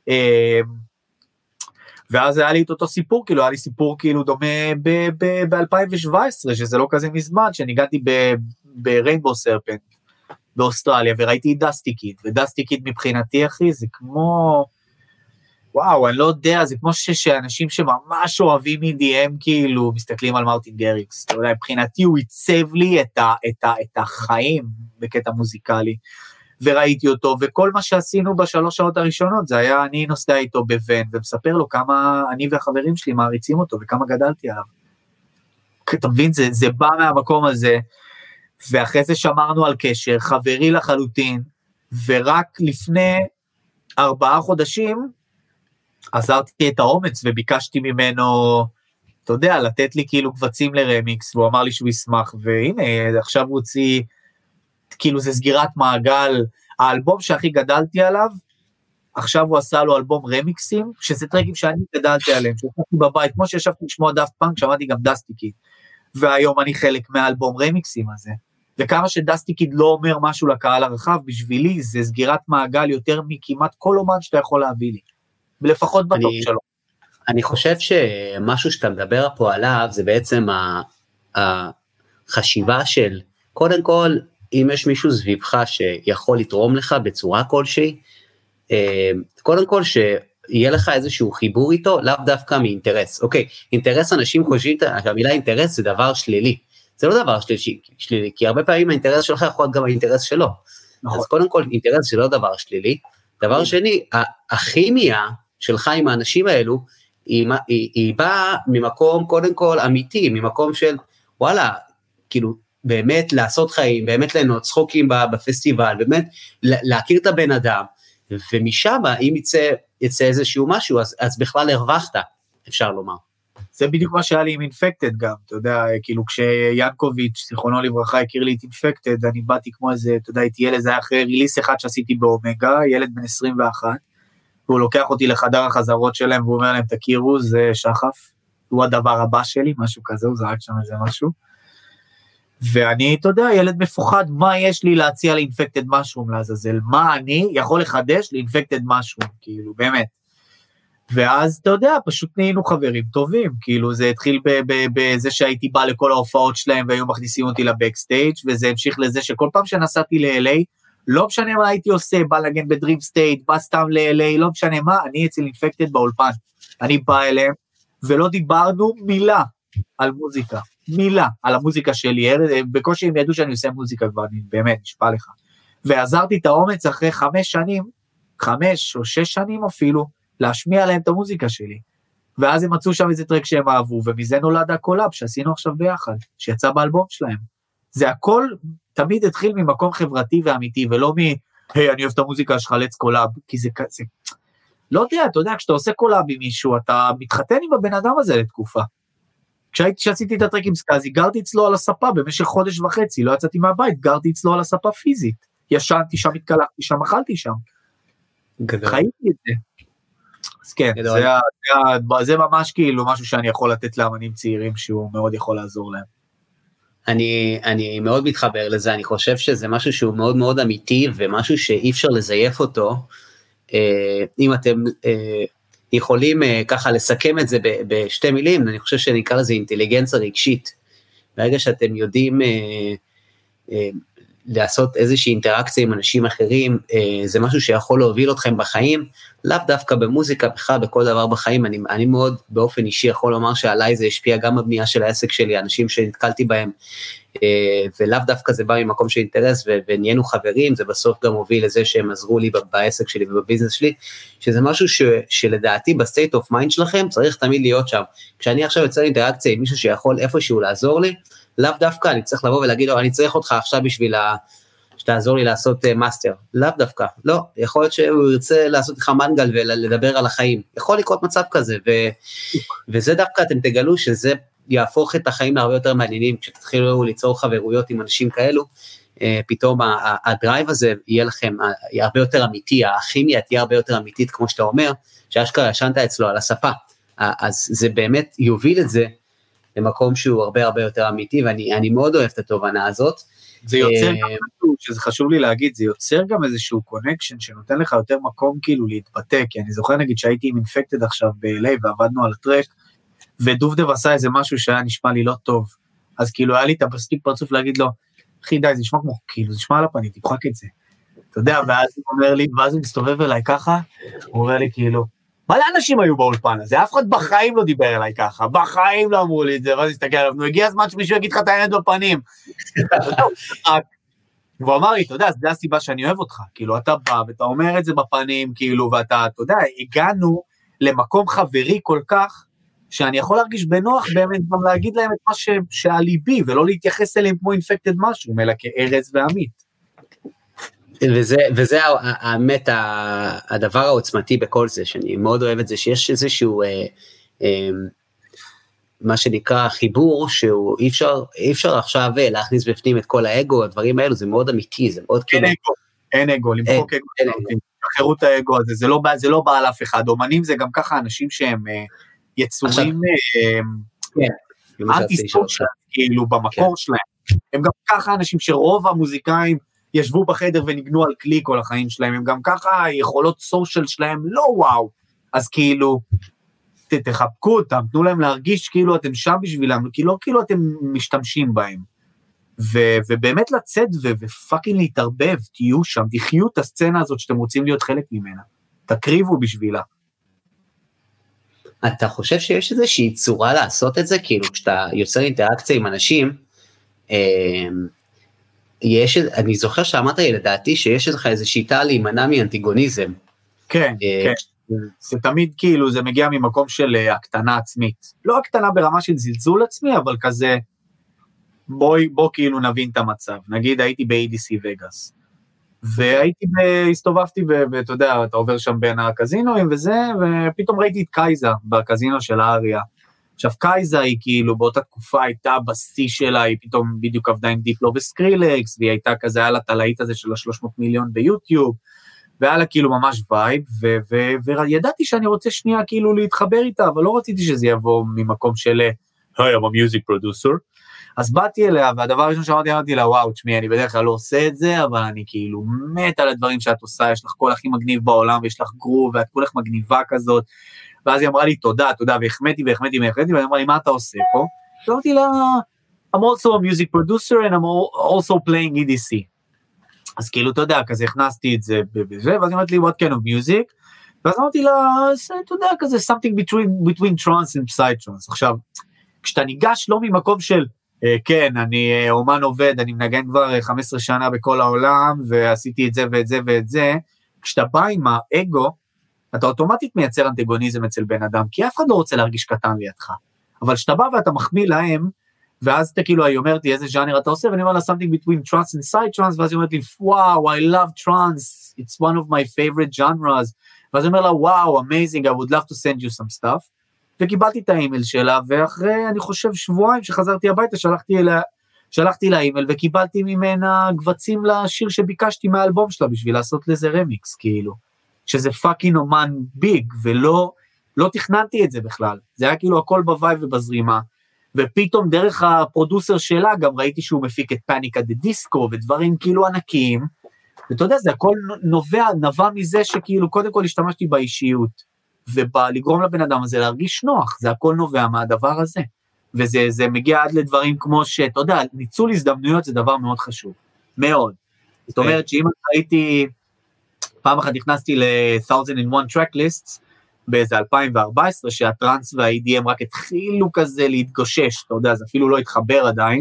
ואז היה לי את אותו סיפור, כאילו היה לי סיפור כאילו דומה ב-2017, שזה לא כזה מזמן, שניגעתי בריינבו סרפנט, באוסטרליה, וראיתי דסטי קיד, ודסטי קיד מבחינתי, אחי, זה כמו, וואו, אני לא יודע, זה כמו שאנשים שממש אוהבים EDM, כאילו, מסתכלים על מרטין גריקס, אתה יודע, מבחינתי הוא ייצב לי את החיים, בקטע מוזיקלי, וראיתי אותו, וכל מה שעשינו בשלוש שעות הראשונות, זה היה אני נוסע איתו בבן, ומספר לו כמה אני והחברים שלי מעריצים אותו, וכמה גדלתי עליו. אתה מבין, זה בא מהמקום הזה, ואחרי זה שמרנו על קשר, חברי לחלוטין, ורק לפני 4 חודשים, עזרתי את האומץ, וביקשתי ממנו, אתה יודע, לתת לי כאילו קבצים לרמיקס, והוא אמר לי שהוא ישמח, והנה, עכשיו הוא הוציא, כאילו זה סגירת מעגל, האלבום שהכי גדלתי עליו, עכשיו הוא עשה לו אלבום רמיקסים, שזה טרקים שאני גדלתי עליהם, שישבתי בבית, כמו שישבתי לשמוע דאפט פאנק, שמעתי גם דסטי קיד, והיום אני חלק מהאלבום רמיקסים הזה, וכמה שדסטי קיד לא אומר משהו לקהל הרחב, בשבילי זה סגירת מעגל יותר מכמעט כל אומן שאתה יכול להביא לי, ולפחות בטופ שלו. אני חושב שמשהו שאתה מדבר פה עליו, זה בעצם החשיבה של, קודם כל, אם יש מישהו סביבך שיכול לתרום לך בצורה כלשהי, קודם כל שיהיה לך איזשהו חיבור איתו, לאו דווקא מאינטרס. אוקיי, אינטרס, אנשים חושבים, המילה אינטרס זה דבר שלילי, זה לא דבר שלילי, כי הרבה פעמים האינטרס שלך יכול להיות גם האינטרס שלו, אז קודם כל אינטרס זה לא דבר שלילי, דבר שני, הכימיה שלך עם האנשים האלו, היא באה ממקום קודם כל אמיתי, ממקום של וואלה, כאילו באמת לעשות חיים, באמת ליהנות צחוקים בפסטיבל, באמת להכיר את הבן אדם, ומשם אם יצא איזשהו משהו, אז בכלל הרווחת, אפשר לומר. זה בדיוק מה שהיה לי עם אינפקטד גם, אתה יודע, כאילו כשיאנקוביץ', זיכרונו לברכה, הכיר לי את אינפקטד, אני באתי כמו איזה, אתה יודע, הייתי ילד, זה היה אחרי ריליס אחד שעשיתי באומגה, ילד בן 21, והוא לוקח אותי לחדר החזרות שלהם, והוא אומר להם, תכירו, זה שחף, הוא הדבר הבא שלי, משהו כזה, הוא זרק שם איזה משהו, ואני, אתה יודע, ילד מפוחד, מה יש לי להציע לאינפקטד משהו, לעזאזל, מה אני יכול לחדש לאינפקטד משהו, כאילו, באמת. ואז, אתה יודע, פשוט נהיינו חברים טובים, כאילו, זה התחיל בזה שהייתי בא לכל ההופעות שלהם, והיו מכניסים אותי לבקסטייג', וזה המשיך לזה שכל פעם שנסעתי ל-LA, לא משנה מה הייתי עושה, בא לגן בדרים סטייט, בא סתם ל-LA, לא משנה מה, אני אצל אינפקטד באולפן, אני בא אליהם, ולא דיברנו מילה על מוזיקה, מילה על המוזיקה שלי, בקושי הם ידעו שאני עושה מוזיקה כבר, אני באמת, נשפע לך, ועזרתי את האומץ אחרי 5 שנים, 5 או 6 שנים אפילו, להשמיע להם את המוזיקה שלי, ואז הם מצאו שם איזה טרק שהם אהבו, ומזה נולד הקולאב שעשינו עכשיו ביחד, שיצא באלבום שלהם, זה הכל תמיד התחיל ממקום חברתי ואמיתי, ולא היי, אני אוהב את המוזיקה שלך, let's קולאב, כי זה, לא יודע, אתה יודע, כשאתה עושה קולאב עם מישהו, אתה מתחתן עם הבן אדם הזה לתקופה, כשעשיתי את הטרק עם סקאזי, גרתי אצלו על הספה, במשך 1.5 חודש, לא יצאתי מהבית, גרתי אצלו על הספה פיזית, ישנתי שם, התקלחתי שם, אכלתי שם, חייתי את זה, אז כן, זה ממש כאילו משהו שאני יכול לתת לאמנים צעירים, שהוא מאוד יכול לעזור להם. אני מאוד מתחבר לזה, אני חושב שזה משהו שהוא מאוד מאוד אמיתי, ומשהו שאי אפשר לזייף אותו, אם אתם יכולים ככה לסכם את זה בשתי מילים, אני חושב שנקרא לזה אינטליגנציה רגשית, ברגע שאתם יודעים לעשות איזושהי אינטראקציה עם אנשים אחרים, זה משהו שיכול להוביל אתכם בחיים, לאו דווקא במוזיקה, בכלל בכל דבר בחיים, אני מאוד באופן אישי יכול לומר שעליי זה השפיע גם בבנייה של העסק שלי, אנשים שנתקלתי בהם, ולאו דווקא זה בא ממקום של אינטרס, ונהיינו חברים, זה בסוף גם הוביל לזה שהם עזרו לי בעסק שלי ובביזנס שלי, שזה משהו שלדעתי בסטייט אוף מיינד שלכם, צריך תמיד להיות שם, כשאני עכשיו יוצא לאינטראקציה עם מישהו שיכול איפשהו לעזור לי, לאו דווקא אני צריך לבוא ולהגיד לו, אני צריך אותך עכשיו בשביל שתעזור לי לעשות מאסטר, לאו דווקא, לא, יכול להיות שהוא ירצה לעשות לך מנגל ולדבר על החיים, יכול לקרות מצב כזה, וזה דווקא אתם תגלו שזה יהפוך את החיים להרבה יותר מעניינים, כשתתחילו ליצור חברויות עם אנשים כאלו, פתאום הדרייב הזה יהיה לכם הרבה יותר אמיתי, הכימיה תהיה הרבה יותר אמיתית, כמו שאתה אומר, שאשכרה ישנת אצלו על הספה, אז זה באמת יוביל את זה, למקום שהוא הרבה הרבה יותר אמיתי, ואני מאוד אוהב את התובנה הזאת. זה יוצר גם משהו, שזה חשוב לי להגיד, זה יוצר גם איזשהו קונקשן, שנותן לך יותר מקום כאילו להתבטא, כי אני זוכר נגיד שהייתי עם אינפקטד עכשיו ב-LA, ועבדנו על הטרק, ודובדב עשה איזה משהו שהיה נשמע לי לא טוב, אז כאילו היה לי את המספיק פרצוף להגיד לו, אחי די, זה נשמע כמו, כאילו, זה נשמע על הפנים, תמחק את זה. אתה יודע, ואז הוא אומר לי, ואז הוא מסתובב אליי ככה, הוא אומר לי כאילו, מלא אנשים היו באולפן הזה, אף אחד בחיים לא דיבר אליי ככה, בחיים לא אמרו לי את זה, ואז הסתכל עליו, נו, הגיע הזמן שמישהו יגיד לך את העניין בפנים. והוא אמר לי, אתה יודע, זה הסיבה שאני אוהב אותך, כאילו, אתה בא ואתה אומר את זה בפנים, כאילו, ואתה, אתה יודע, הגענו למקום חברי כל כך, שאני יכול להרגיש בנוח באמת, גם להגיד להם את מה שעל ליבי, ולא להתייחס אליהם כמו אינפקטד משהו, אלא כארז ועמית. וזה האמת, הדבר העוצמתי בכל זה, שאני מאוד אוהב את זה, שיש איזשהו, מה שנקרא חיבור, שהוא אי אפשר עכשיו להכניס בפנים את כל האגו, הדברים האלו, זה מאוד אמיתי, זה מאוד כאילו. אין אגו, למחוק אגו, חירות האגו הזה, זה לא בא על אף אחד, אומנים זה גם ככה אנשים שהם יצורים, אנטי-סוציאל, כאילו במקור שלהם, הם גם ככה אנשים שרוב המוזיקאים, ישבו בחדר וניגנו על כלי כל החיים שלהם, הם גם ככה, יכולות סושיאל שלהם, לא וואו, אז כאילו, תחבקו אותם, תנו להם להרגיש כאילו אתם שם בשבילם, לא כאילו אתם משתמשים בהם, ובאמת לצאת ופאקינג להתערבב, תהיו שם, תחיו את הסצנה הזאת שאתם רוצים להיות חלק ממנה, תקריבו בשבילה. אתה חושב שיש איזושהי צורה לעשות את זה, כאילו כשאתה יוצר אינטראקציה עם אנשים, אני זוכר שאמרת לי לדעתי שיש לך איזו שיטה להימנע מאנטיגוניזם. כן, כן. זה תמיד כאילו, זה מגיע ממקום של הקטנה עצמית. לא הקטנה ברמה של זלזול עצמי, אבל כזה, בוא כאילו נבין את המצב. נגיד הייתי ב-ADC וגאס, הסתובבתי, ואתה יודע, אתה עובר שם בין הקזינואים וזה, ופתאום ראיתי את קייזה בקזינו של האריה. עכשיו, קייזה היא כאילו באותה תקופה הייתה בשיא שלה, היא פתאום בדיוק עבדה עם דיפלו וסקרילקס, והיא הייתה כזה, היה לה תלהית הזה של 300 מיליון ביוטיוב, והיה לה כאילו ממש וייב, וידעתי שאני רוצה שנייה כאילו להתחבר איתה, אבל לא רציתי שזה יבוא ממקום של, היי, I'm a music producer, אז באתי אליה, והדבר הראשון שאמרתי לה, וואו, תשמעי, אני בדרך כלל לא עושה את זה, אבל אני כאילו מת על הדברים שאת עושה, יש לך קול הכי מגניב בעולם, ויש לך גרוב, ואת כולך מגניבה כזאת, ואז היא אמרה לי, תודה, והחמאתי, ואני אמרה לי, מה אתה עושה פה? אמרתי לה, I'm also a music producer, and I'm also playing EDC. אז כאילו, אתה יודע, כזה הכנסתי את זה בזה, ואז היא אמרת לי, what kind of music? ואז אמרתי לה, אתה יודע, כזה, something between trance and psytrance. עכשיו, כשאתה ניגש לא ממקום של, כן, אני אומן עובד, אני מנגן כבר 15 שנה בכל העולם, ועשיתי את זה ואת זה ואת זה, כשאתה בא עם האגו, אתה אוטומטית מייצר אנטגוניזם אצל בן אדם, כי אף אחד לא רוצה להרגיש קטן לידך, אבל כשאתה בא ואתה מחמיא להם, ואז אתה כאילו, היא אומרת לי, איזה ז'אנר אתה עושה, ואני אומר לה, something between trance and psytrance, ואז היא אומרת לי, וואו, I love trance, it's one of my favorite genres, ואז היא אומרת לה, וואו, amazing, I would love to send you some stuff, וקיבלתי את האימייל שלה, ואחרי, אני חושב, שבועיים שחזרתי הביתה, שלחתי לה אימייל, וקיבלתי ממנה גבצים לשיר שביקשתי מהאלבום שלה, בשביל לעשות לזה רמיקס, כאילו, שזה פאקינג אומן ביג, ולא תכננתי את זה בכלל, זה היה כאילו הכל בווייב ובזרימה, ופתאום דרך הפרודוסר שלה, גם ראיתי שהוא מפיק את פאניקה דה דיסקו, ודברים כאילו ענקים, ואתה יודע, זה הכל נבע מזה שכאילו, קודם כל השתמשתי באישיות, ולגרום לבן אדם הזה להרגיש נוח, זה הכל נובע מהדבר הזה, וזה מגיע עד לדברים כמו שאתה יודע, ניצול הזדמנויות זה דבר מאוד חשוב, מאוד, זאת אומרת שאם הייתי, פעם אחת נכנסתי ל-1001 track lists, באיזה 2014, שהטרנס וה-EDM רק התחילו כזה להתגושש, אתה יודע, זה אפילו לא התחבר עדיין,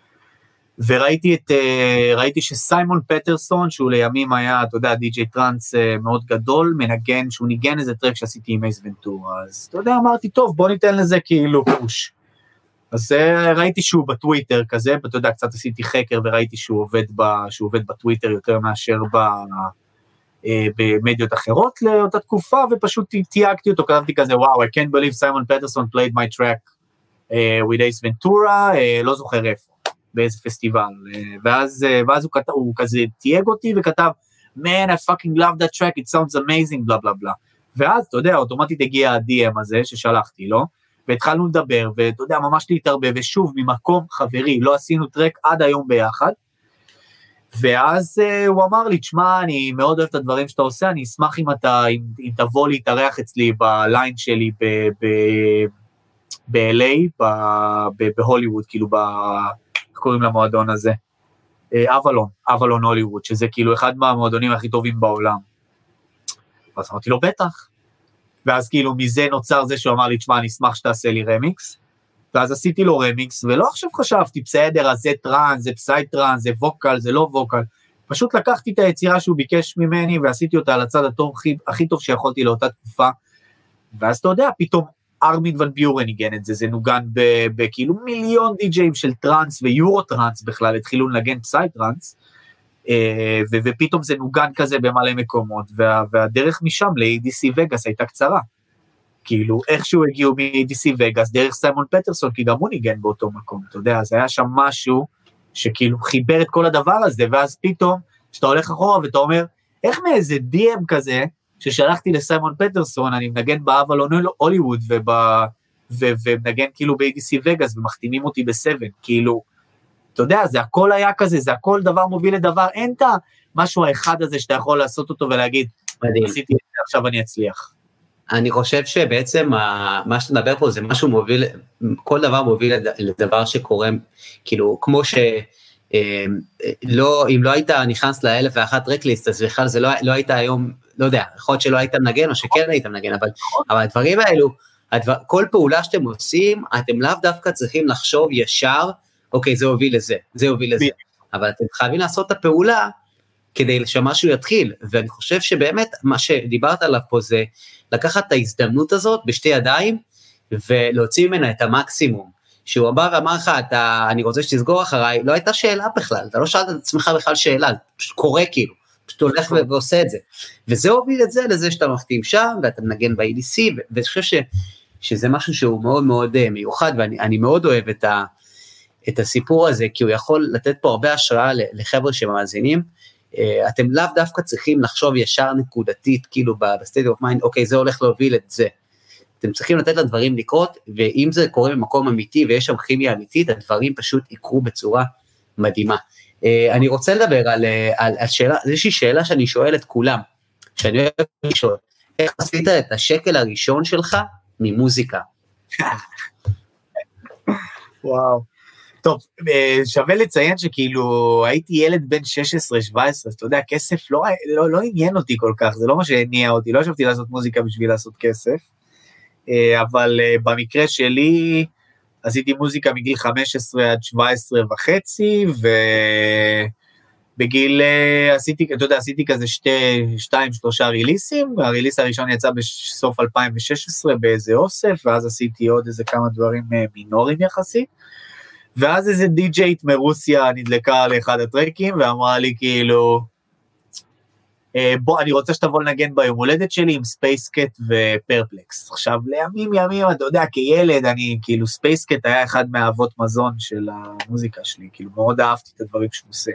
וראיתי שסיימון פטרסון, שהוא לימים היה, אתה יודע, די.ג'יי טרנס מאוד גדול, מנגן, שהוא ניגן איזה טרק שעשיתי עם אייס ונטורה, אז אתה יודע, אמרתי, טוב, בוא ניתן לזה כאילו פוש. אז ראיתי שהוא בטוויטר כזה, אתה יודע, קצת עשיתי חקר, וראיתי שהוא עובד בטוויטר יותר מאשר במדיות אחרות לאותה תקופה, ופשוט תייגתי אותו, כתבתי כזה, וואו, I can't believe Simon Peterson played my track with Ace Ventura, לא זוכר איפה, באיזה פסטיבל, ואז הוא כזה תייג אותי וכתב, man, I fucking love that track, it sounds amazing, בלה בלה בלה, ואז, אתה יודע, אוטומטית הגיע ה-DM הזה ששלחתי לו, והתחלנו לדבר, ואתה יודע, ממש להתערבב, ושוב, ממקום חברי, לא עשינו טרק עד היום ביחד, ואז הוא אמר לי, תשמע, אני מאוד אוהב את הדברים שאתה עושה, אני אשמח אם תבוא להתארח אצלי בליין שלי ב-LA, בהוליווד, כאילו, איך קוראים למועדון הזה? אבלון הוליווד, שזה כאילו אחד מהמועדונים הכי טובים בעולם. אז אמרתי לו, בטח. ואז כאילו מזה נוצר זה שהוא אמר לי, תשמע, אני אשמח שתעשה לי רמיקס, ואז עשיתי לו רמיקס, ולא עכשיו חשבתי, בסדר, אז זה טרנס, זה פסאי טרנס, זה ווקל, זה לא ווקל, פשוט לקחתי את היצירה שהוא ביקש ממני, ועשיתי אותה על הצד הכי טוב שיכולתי לאותה תקופה, ואז אתה יודע, פתאום ארמין ון ביורן ניגן את זה, זה נוגן בכאילו מיליון די-ג'יים של טרנס ויורו טרנס בכלל, התחילו לנגן פסאי טרנס, ופתאום זה נוגן כזה במלא מקומות, והדרך משם ל-ADC וגאס הייתה קצרה, כאילו איכשהו הגיעו מ-ADC וגאס, דרך סיימון פטרסון, כי גם הוא ניגן באותו מקום, אתה יודע, אז היה שם משהו, שכאילו חיבר את כל הדבר הזה, ואז פתאום, שאתה הולך אחורה ואתה אומר, איך מאיזה DM כזה, ששלחתי לסיימון פטרסון, אני מנגן באבלון הוליווד, ומנגן כאילו ב-ADC וגאס, ומחתימים אותי ב7, כאילו, אתה יודע, זה הכל היה כזה, זה הכל דבר מוביל לדבר, אין את המשהו האחד הזה שאתה יכול לעשות אותו ולהגיד, עשיתי את זה, עכשיו אני אצליח. אני חושב שבעצם מה שאתה מדבר פה זה משהו מוביל, כל דבר מוביל לדבר שקורה, כאילו כמו אם לא היית נכנס ל1001 טרקליסט, אז בכלל זה לא היית היום, לא יודע, יכול להיות שלא היית מנגן או שכן היית מנגן, אבל הדברים האלו, כל פעולה שאתם עושים, אתם לאו דווקא צריכים לחשוב ישר, אוקיי, זה הוביל לזה, זה הוביל לזה, אבל אתם חייבים לעשות את הפעולה, כדי שמשהו יתחיל, ואני חושב שבאמת, מה שדיברת עליו פה זה, לקחת את ההזדמנות הזאת, בשתי ידיים, ולהוציא ממנה את המקסימום, שהוא בא ואמר לך, אני רוצה שתסגור אחריי, לא הייתה שאלה בכלל, אתה לא שאלת את עצמך בכלל שאלה, פשוט קורה כאילו, פשוט הולך ועושה את זה, וזה הוביל את זה, לזה שאתה מחתים שם, ואתה מנגן ב-EDC, ואני חושב שזה משהו שהוא מאוד מאוד מיוחד, ואני מאוד אוהב את הסיפור הזה, כי הוא יכול לתת פה הרבה השראה לחבר'ה שמאזינים, אתם לאו דווקא צריכים לחשוב ישר נקודתית, כאילו בסטייט אוף מיינד, אוקיי, זה הולך להוביל את זה, אתם צריכים לתת לדברים לקרות, ואם זה קורה במקום אמיתי, ויש שם כימיה אמיתית, הדברים פשוט יקרו בצורה מדהימה. אני רוצה לדבר על שאלה, איזושהי שאלה שאני שואל את כולם, שאני אוהב לשאול, איך עשית את השקל הראשון שלך ממוזיקה? וואו. טוב, שווה לציין שכאילו הייתי ילד בן 16-17, אז אתה יודע, כסף לא עניין אותי כל כך, זה לא מה שהניע אותי, לא ישבתי לעשות מוזיקה בשביל לעשות כסף, אבל במקרה שלי עשיתי מוזיקה מגיל 15 עד 17 וחצי, ובגיל עשיתי כזה 2-3 ריליסים, הריליס הראשון יצא בסוף 2016 באיזה אוסף, ואז עשיתי עוד איזה כמה דברים מינוריים יחסית, ואז איזה די-ג'יית מרוסיה נדלקה לאחד הטרקים, ואמרה לי כאילו, בוא, אני רוצה שתבוא לנגן ביום הולדת שלי עם ספייסקט ופרפלקס. עכשיו, לימים, אתה יודע, כילד, אני, כאילו, ספייסקט היה אחד מהאבות מזון של המוזיקה שלי, כאילו, מאוד אהבתי את הדברים שהוא עושה.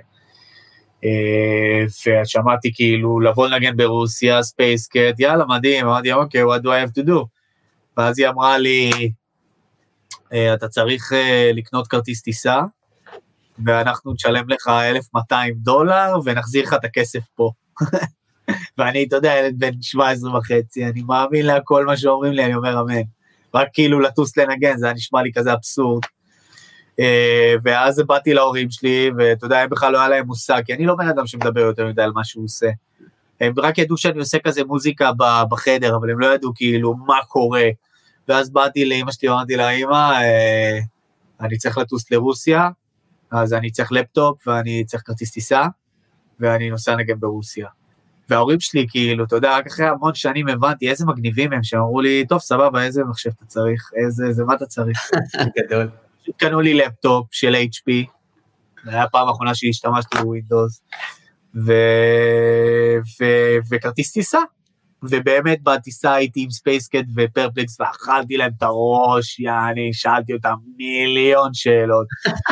ושמעתי כאילו, לבוא לנגן ברוסיה, ספייסקט, יאללה, מדהים, אמרתי, אוקיי, what do I have to do? ואז היא אמרה לי, אתה צריך לקנות כרטיס טיסה, ואנחנו נשלם לך $1,200, ונחזיר לך את הכסף פה. ואני, אתה יודע, ילד בן 17 וחצי, אני מאמין לכל מה שאומרים לי, אני אומר אמן. רק כאילו לטוס לנגן, זה היה נשמע לי כזה אבסורד. ואז באתי להורים שלי, ואתה יודע, הם בכלל לא היה להם מושג, כי אני לא בן אדם שמדבר יותר מדי על מה שהוא עושה. הם רק ידעו שאני עושה כזה מוזיקה בחדר, אבל הם לא ידעו כאילו מה קורה. ואז באתי לאמא שלי, אמרתי לה, אמא, אני צריך לטוס לרוסיה, אז אני צריך לפטופ, ואני צריך כרטיס טיסה, ואני נוסע נגן ברוסיה. וההורים שלי, כאילו, אתה יודע, רק אחרי המון שנים הבנתי איזה מגניבים הם, שאמרו לי, טוב, סבבה, איזה מחשב אתה צריך, איזה מה אתה צריך? גדול. קנו לי לפטופ של HP, זה היה הפעם האחרונה שהשתמשתי בווינדוס, וכרטיס טיסה, ובאמת בטיסה הייתי עם ספייסקט ופרפלקס, ואכלתי להם את הראש, יעני, שאלתי אותם מיליון שאלות,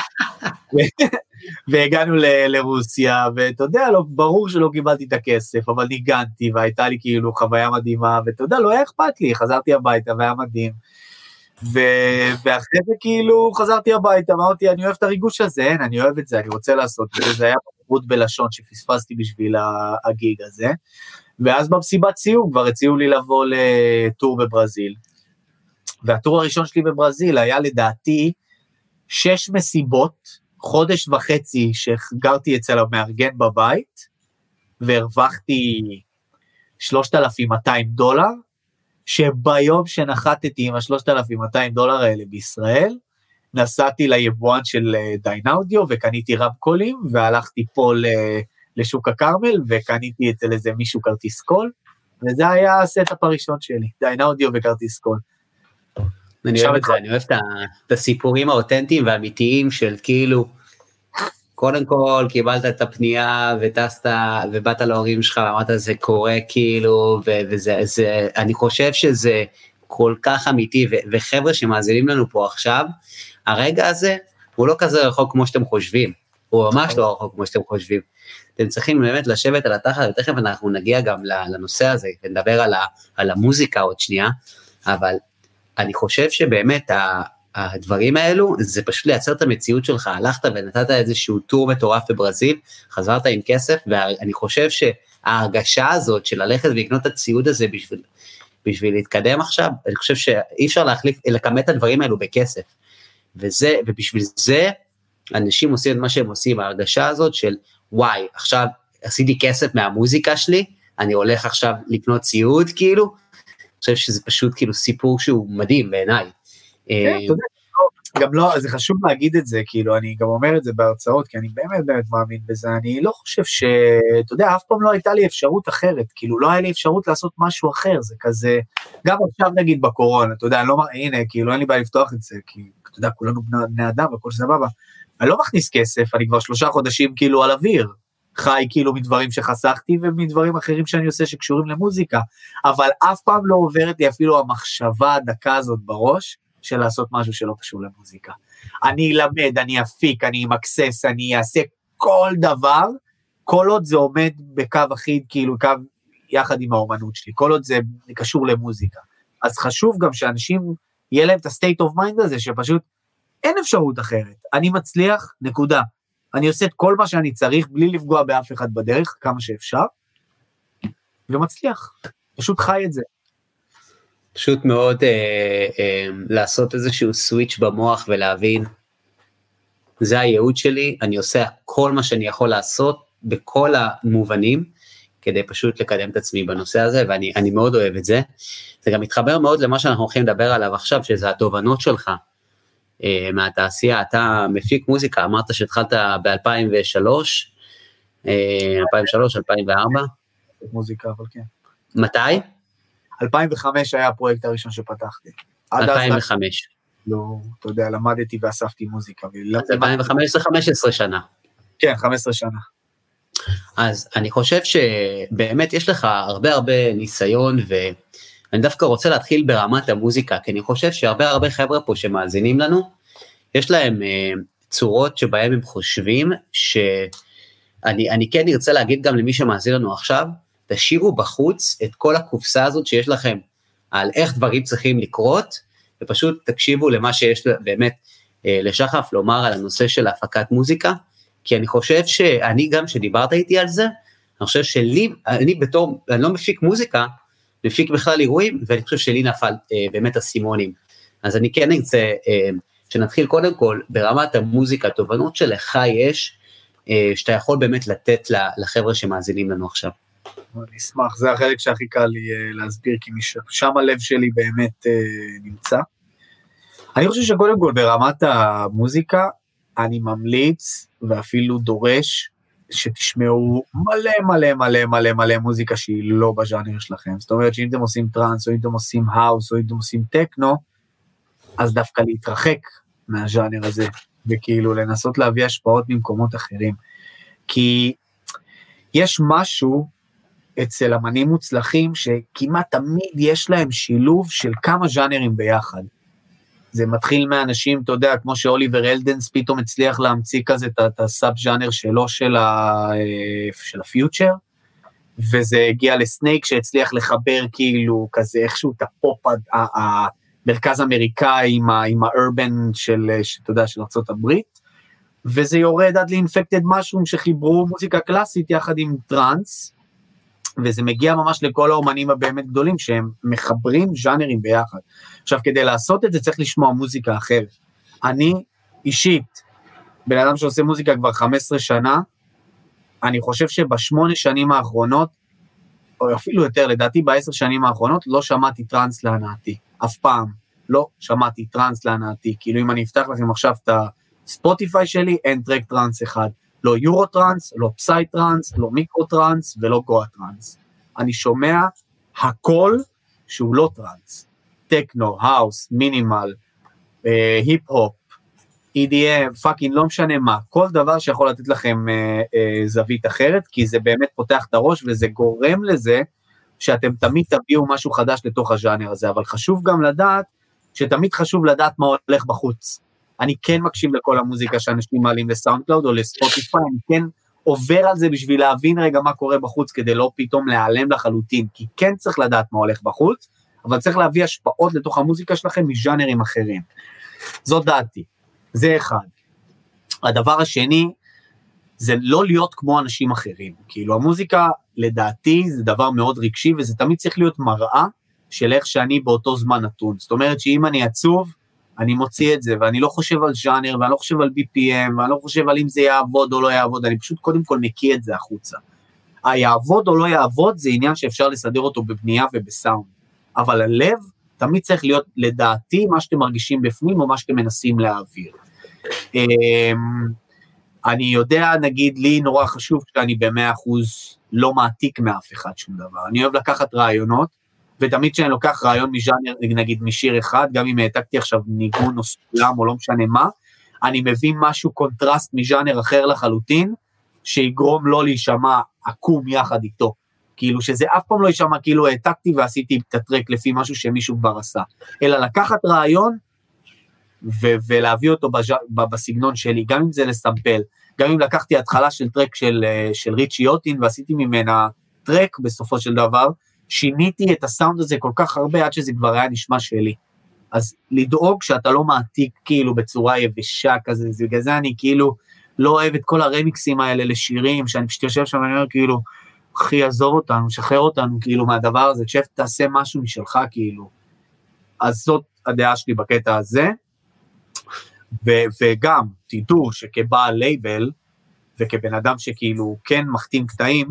והגענו לרוסיה, ואתה יודע, ברור שלא קיבלתי את הכסף, אבל ניגנתי, והייתה לי כאילו חוויה מדהימה, ואתה יודע, לא היה אכפת לי, חזרתי הביתה, והיה מדהים, ואחרי זה כאילו חזרתי הביתה, אמרתי, אני אוהב את הריגוש הזה, אני אוהב את זה, אני רוצה לעשות את זה, זה היה בגרות בלשון שפספסתי בשביל הגיג הזה, ואז במסיבת סיום כבר הציעו לי לבוא לטור בברזיל, והטור הראשון שלי בברזיל היה לדעתי 6 מסיבות, חודש וחצי שגרתי אצל המארגן בבית, והרווחתי $3,200, שביום שנחתתי עם $3,200 האלה בישראל, נסעתי ליבואן של דיין אודיו, וקניתי רמקולים, והלכתי פה לשוק הכרמל, וקניתי אצל איזה מישהו כרטיס קול, וזה היה הסטאפ הראשון שלי, דיין אודיו וכרטיס קול. אני אוהב את זה, אני אוהב את הסיפורים האותנטיים והאמיתיים של כאילו, קודם כל קיבלת את הפנייה וטסת ובאת להורים שלך ואמרת זה קורה כאילו, וזה, אני חושב שזה כל כך אמיתי, וחבר'ה שמאזינים לנו פה עכשיו, הרגע הזה הוא לא כזה רחוק כמו שאתם חושבים, הוא ממש לא רחוק כמו שאתם חושבים, אתם צריכים באמת לשבת על התחת, ותכף אנחנו נגיע גם לנושא הזה, ונדבר על המוזיקה עוד שנייה, אבל אני חושב שבאמת הדברים האלו, זה פשוט לייצר את המציאות שלך, הלכת ונתת איזשהו טור מטורף בברזיל, חזרת עם כסף, ואני חושב שההרגשה הזאת של ללכת ולקנות את הציוד הזה בשביל להתקדם עכשיו, אני חושב שאי אפשר לקמת את הדברים האלו בכסף, ובשביל זה אנשים עושים את מה שהם עושים, ההרגשה הזאת של וואי, עכשיו עשיתי כסף מהמוזיקה שלי, אני הולך עכשיו לקנות ציוד כאילו, אני חושב שזה פשוט כאילו סיפור שהוא מדהים בעיניי. כן, אתה יודע, גם לא, זה חשוב להגיד את זה, כאילו, אני גם אומר את זה בהרצאות, כי אני באמת מאמין בזה, אני לא חושב אתה יודע, אף פעם לא הייתה לי אפשרות אחרת, כאילו, לא היה לי אפשרות לעשות משהו אחר, זה כזה, גם עכשיו נגיד בקורונה, אתה יודע, אני לא אומר, הנה, כאילו, אין לי בעיה לפתוח את זה, כי, אתה יודע, כולנו בני אדם, הכל סבבה, אני לא מכניס כסף, אני כבר 3 חודשים כאילו על אוויר, חי כאילו מדברים שחסכתי, ומדברים אחרים שאני עושה שקשורים למוזיקה, אבל אף פעם לא עוברת לי אפילו המחשבה הדקה הזאת בראש, של לעשות משהו שלא קשור למוזיקה. אני אלמד, אני אפיק, אני אמקסס, אני אעשה כל דבר, כל עוד זה עומד בקו אחיד, כאילו קו יחד עם האומנות שלי, כל עוד זה קשור למוזיקה. אז חשוב גם שאנשים, יהיה להם את ה-state of mind הזה, שפשוט אין אפשרות אחרת. אני מצליח, נקודה. אני עושה את כל מה שאני צריך, בלי לפגוע באף אחד בדרך, כמה שאפשר, ומצליח. פשוט חי את זה. פשוט מאוד לעשות איזשהו סוויץ' במוח ולהבין, זה הייעוד שלי, אני עושה כל מה שאני יכול לעשות, בכל המובנים, כדי פשוט לקדם את עצמי בנושא הזה, ואני מאוד אוהב את זה. זה גם מתחבר מאוד למה שאנחנו הולכים לדבר עליו עכשיו, שזה התובנות שלך, מהתעשייה, אתה מפיק מוזיקה, אמרת שהתחלת ב-2003, 2003, 2004? מוזיקה, אבל כן. מתי? 2005 היה הפרויקט הראשון שפתחתי. 2005. לא, אתה יודע, למדתי ואספתי מוזיקה. אז 2005 זה 15 שנה. כן, 15 שנה. אז אני חושב שבאמת יש לך הרבה ניסיון, ואני דווקא רוצה להתחיל ברמת המוזיקה, כי אני חושב שהרבה חבר'ה פה שמאזינים לנו, יש להם צורות שבהם הם חושבים, שאני כן ארצה להגיד גם למי שמאזין לנו עכשיו, תשאירו בחוץ את כל הקופסה הזאת שיש לכם, על איך דברים צריכים לקרות, ופשוט תקשיבו למה שיש באמת לשחף לומר על הנושא של הפקת מוזיקה, כי אני חושב שאני גם שדיברת איתי על זה, אני חושב שלי, אני לא מפיק מוזיקה, מפיק בכלל אירועים, ואני חושב שלי נפל באמת הסימונים. אז אני כן ארצה שנתחיל קודם כל ברמת המוזיקה, תובנות שלך יש, שאתה יכול באמת לתת לחבר'ה שמאזינים לנו עכשיו. אני אשמח, זה החלק שהכי קל לי להסביר, כי שם הלב שלי באמת נמצא. אני חושב שקודם כל ברמת המוזיקה, אני ממליץ ואפילו דורש שתשמעו מלא מוזיקה שהיא לא בז'אנר שלכם. זאת אומרת שאם אתם עושים טרנס, או אם אתם עושים האוס, או אם אתם עושים טכנו, אז דווקא להתרחק מהז'אנר הזה, וכאילו לנסות להביא השפעות ממקומות אחרים. כי יש משהו אצל אמנים מוצלחים, שכמעט תמיד יש להם שילוב של כמה ז'אנרים ביחד. זה מתחיל מאנשים, אתה יודע, כמו שאוליבר אלדנס פתאום הצליח להמציא כזה את הסאב ז'אנר שלו של הפיוטשר, וזה הגיע לסנייק שהצליח לחבר כאילו כזה איכשהו את הפופ מרכז אמריקאי עם הארבן של ארצות הברית, וזה יורד עד לאינפקטד משום שחיברו מוזיקה קלאסית יחד עם טרנס, וזה מגיע ממש לכל האומנים הבאמת גדולים, שהם מחברים ז'אנרים ביחד. עכשיו, כדי לעשות את זה צריך לשמוע מוזיקה אחרת. אני אישית, בן אדם שעושה מוזיקה כבר 15 שנה, אני חושב ב8 שנים האחרונות, או אפילו יותר, לדעתי ב10 שנים האחרונות, לא שמעתי טרנס להנאתי. אף פעם לא שמעתי טרנס להנאתי. כאילו אם אני אפתח לכם עכשיו את הספוטיפיי שלי, אין טרק טרנס אחד. לא יורו טרנס, לא פסאי טרנס, לא מיקרו טרנס ולא גואה טרנס. אני שומע הכל שהוא לא טרנס. טקנו, האוס, מינימל, היפ-הופ, EDM, פאקינג לא משנה מה, כל דבר שיכול לתת לכם זווית אחרת, כי זה באמת פותח את הראש, וזה גורם לזה, שאתם תמיד תביאו משהו חדש לתוך הז'אנר הזה, אבל חשוב גם לדעת, שתמיד חשוב לדעת מה הולך בחוץ. אני כן מקשיב לכל המוזיקה שאנשים מעלים לסאונד קלאוד או לספוטיפיי, אני כן עובר על זה בשביל להבין רגע מה קורה בחוץ, כדי לא פתאום להיעלם לחלוטין, כי כן צריך לדעת מה הולך בחוץ, אבל צריך להביא השפעות לתוך המוזיקה שלכם מז'אנרים אחרים. זאת דעתי. זה אחד. הדבר השני, זה לא להיות כמו אנשים אחרים. כאילו המוזיקה, לדעתי, זה דבר מאוד רגשי, וזה תמיד צריך להיות מראה של איך שאני באותו זמן נתון. זאת אומרת שאם אני עצוב, אני מוציא את זה, ואני לא חושב על ז'אנר, ואני לא חושב על BPM, ואני לא חושב על אם זה יעבוד או לא יעבוד, אני פשוט קודם כל מקיא את זה החוצה. היעבוד או לא יעבוד, זה עניין שאפשר לסדר אותו בבנייה ובסאונד. אבל הלב, תמיד צריך להיות, לדעתי, מה שאתם מרגישים בפנים, או מה שאתם מנסים להעביר. אני יודע, נגיד, לי נורא חשוב, שאני ב100% לא מעתיק מאף אחד שום דבר. אני אוהב לקחת רעיונות, ותמיד כשאני לוקח רעיון מז'אנר, נגיד משיר אחד, גם אם העתקתי עכשיו ניגון או סולם או לא משנה מה, אני מביא משהו קונטרסט מז'אנר אחר לחלוטין, שיגרום לא להישמע עקום יחד איתו. כאילו שזה אף פעם לא יישמע, כאילו העתקתי ועשיתי את הטרק לפי משהו שמישהו כבר עשה. אלא לקחת רעיון, ולהביא אותו בסגנון שלי, גם אם זה לסמפל, גם אם לקחתי התחלה של טרק של ריצ'י יוטין, ועשיתי ממנה טרק בסופו של דבר, שיניתי את הסאונד הזה כל כך הרבה, עד שזה כבר היה נשמע שלי. אז לדאוג שאתה לא מעתיק כאילו בצורה יבשה כזה, בגלל זה אני כאילו לא אוהב את כל הרמיקסים האלה לשירים, שאני פשוט יושב שם ואני אומר כאילו, אחי עזוב אותנו, שחרר אותנו כאילו מהדבר הזה, שף תעשה משהו משלך כאילו. אז זאת הדעה שלי בקטע הזה, וגם תדעו שכבעל לייבל, וכבן אדם שכאילו כן מחתים קטעים,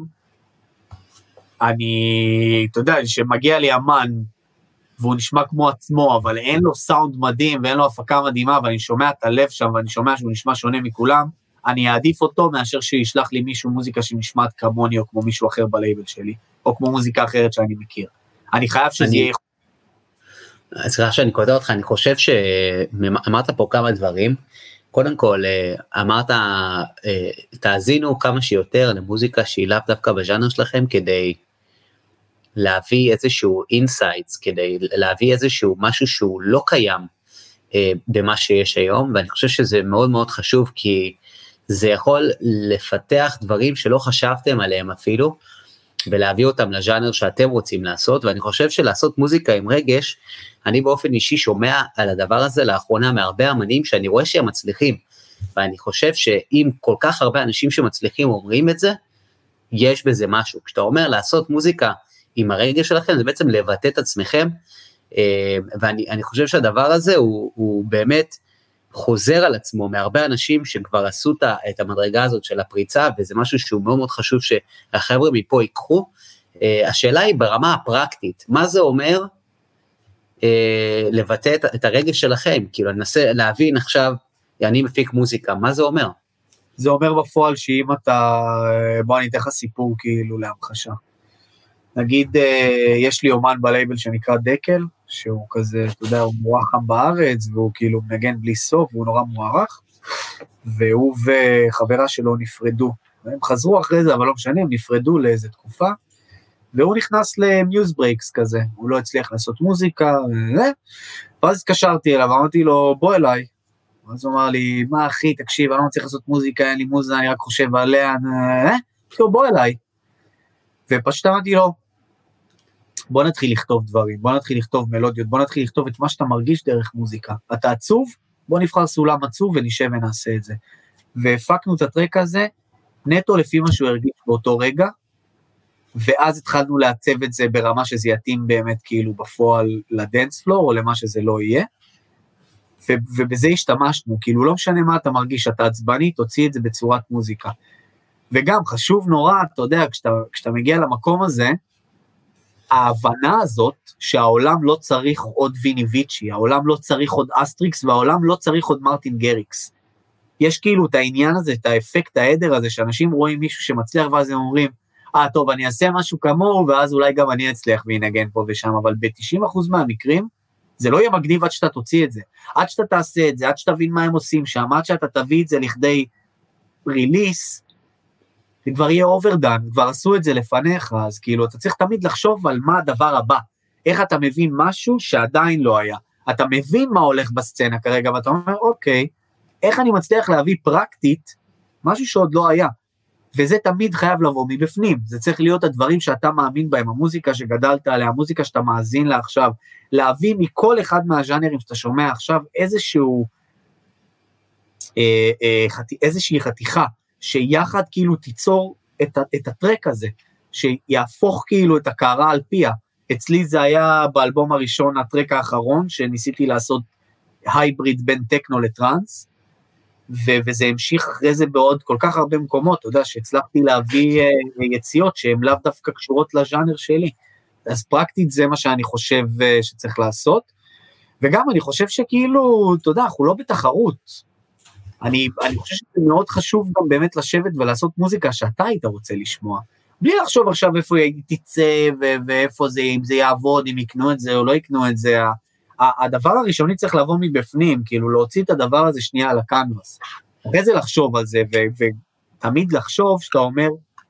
אני, אתה יודע, שמגיע לי אמן, והוא נשמע כמו עצמו, אבל אין לו סאונד מדהים, ואין לו הפקה מדהימה, ואני שומע את הלב שם, ואני שומע שהוא נשמע שונה מכולם, אני אעדיף אותו, מאשר שישלח לי מישהו מוזיקה שנשמעת כמוני, או כמו מישהו אחר בלייבל שלי, או כמו מוזיקה אחרת שאני מכיר. אני חייב שזה יהיה... סליחה שאני קוטע אותך, אני חושב שאמרת פה כמה דברים, קודם כל, אמרת, תאזינו כמה שיותר למוזיקה שהיא לאו דווקא בז'אנר שלכם, כדי להביא איזשהו אינסייטס, כדי להביא איזשהו משהו שהוא לא קיים במה שיש היום, ואני חושב שזה מאוד מאוד חשוב, כי זה יכול לפתח דברים שלא חשבתם עליהם אפילו, ולהביא אותם לז'אנר שאתם רוצים לעשות, ואני חושב שלעשות מוזיקה עם רגש, אני באופן אישי שומע על הדבר הזה לאחרונה מהרבה אמנים שאני רואה שהם מצליחים, ואני חושב שאם כל כך הרבה אנשים שמצליחים אומרים את זה, יש בזה משהו. כשאתה אומר לעשות מוזיקה עם הרגש שלכם, זה בעצם לבטא את עצמכם, ואני חושב שהדבר הזה הוא באמת חוזר על עצמו מהרבה אנשים שכבר עשו את המדרגה הזאת של הפריצה, וזה משהו שהוא מאוד מאוד חשוב שהחבר'ה מפה ייקחו. השאלה היא ברמה הפרקטית, מה זה אומר לבטא את הרגש שלכם? כאילו אני אנסה להבין עכשיו, אני מפיק מוזיקה, מה זה אומר? זה אומר בפועל שאם אתה, בוא אני אתן לך סיפור כאילו להמחשה. נגיד, יש לי אומן בלייבל שנקרא דקל, שהוא כזה, אתה יודע, הוא מוערך בארץ, והוא כאילו מנגן בלי סוף, והוא נורא מוערך, והוא וחברה שלו נפרדו. הם חזרו אחרי זה, אבל לא משנה, הם נפרדו לאיזו תקופה, והוא נכנס למיוז ברייקס כזה, הוא לא הצליח לעשות מוזיקה, ואז התקשרתי אליו, אמרתי לו, בוא אליי. אז הוא אמר לי, מה אחי, תקשיב, אני לא מצליח לעשות מוזיקה, אין לי מוזה, אני רק חושב עליה, בוא אליי. ופשוט אמרתי לו, בוא נתחיל לכתוב דברים, בוא נתחיל לכתוב מלודיות, בוא נתחיל לכתוב את מה שאתה מרגיש דרך מוזיקה. אתה עצוב? בוא נבחר סולם עצוב ונשב ונעשה את זה. והפקנו את הטרק הזה, נטו לפי מה שהוא הרגיש באותו רגע, ואז התחלנו לעצב את זה ברמה שזה יתאים באמת כאילו בפועל לדנס פלור, או למה שזה לא יהיה, ובזה השתמשנו, כאילו לא משנה מה אתה מרגיש, אתה עצבני, תוציא את זה בצורת מוזיקה. וגם חשוב נורא, אתה יודע, כשאתה מגיע למקום הזה, ההבנה הזאת שהעולם לא צריך עוד ויני ויצ'י, העולם לא צריך עוד אסטריקס, והעולם לא צריך עוד מרטין גריקס. יש כאילו את העניין הזה, את האפקט העדר הזה, שאנשים רואים מישהו שמצליח, ואז הם אומרים, טוב, אני אעשה משהו כמוהו, ואז אולי גם אני אצליח וינגן פה ושם, אבל ב-90% מהמקרים, זה לא יהיה מגניב עד שאתה תוציא את זה, עד שאתה תעשה את זה, עד שתבין מה הם עושים שם, עד שאתה תביא את זה לכדי ריליס, זה כבר יהיה אוברדן, כבר עשו את זה לפניך, אז כאילו, אתה צריך תמיד לחשוב על מה הדבר הבא, איך אתה מבין משהו שעדיין לא היה, אתה מבין מה הולך בסצנה כרגע, ואתה אומר, אוקיי, איך אני מצליח להביא פרקטית, משהו שעוד לא היה, וזה תמיד חייב לבוא מבפנים, זה צריך להיות הדברים שאתה מאמין בהם, המוזיקה שגדלת עליה, המוזיקה שאתה מאזין לה עכשיו, להביא מכל אחד מהז'אנרים שאתה שומע עכשיו, איזושהי חתיכה, שיחד כאילו תיצור את הטרק הזה, שיהפוך כאילו את הקערה על פיה, אצלי זה היה באלבום הראשון, הטרק האחרון, שניסיתי לעשות הייבריד בין טקנו לטרנס, וזה המשיך אחרי זה בעוד כל כך הרבה מקומות, אתה יודע, שהצלחתי להביא יציאות, שהן לאו דווקא קשורות לז'אנר שלי, אז פרקטית זה מה שאני חושב שצריך לעשות, וגם אני חושב שכאילו, אתה יודע, אנחנו לא בתחרות, אני חושב שזה מאוד חשוב גם באמת לשבת ולעשות מוזיקה שאתה היית רוצה לשמוע, בלי לחשוב עכשיו איפה היא תצא, ואיפה זה, אם זה יעבוד, אם יקנו את זה או לא יקנו את זה, הדבר הראשוני צריך לבוא מבפנים, כאילו להוציא את הדבר הזה שנייה על הקנבס, אחרי זה לחשוב על זה, ותמיד לחשוב שאתה אומר,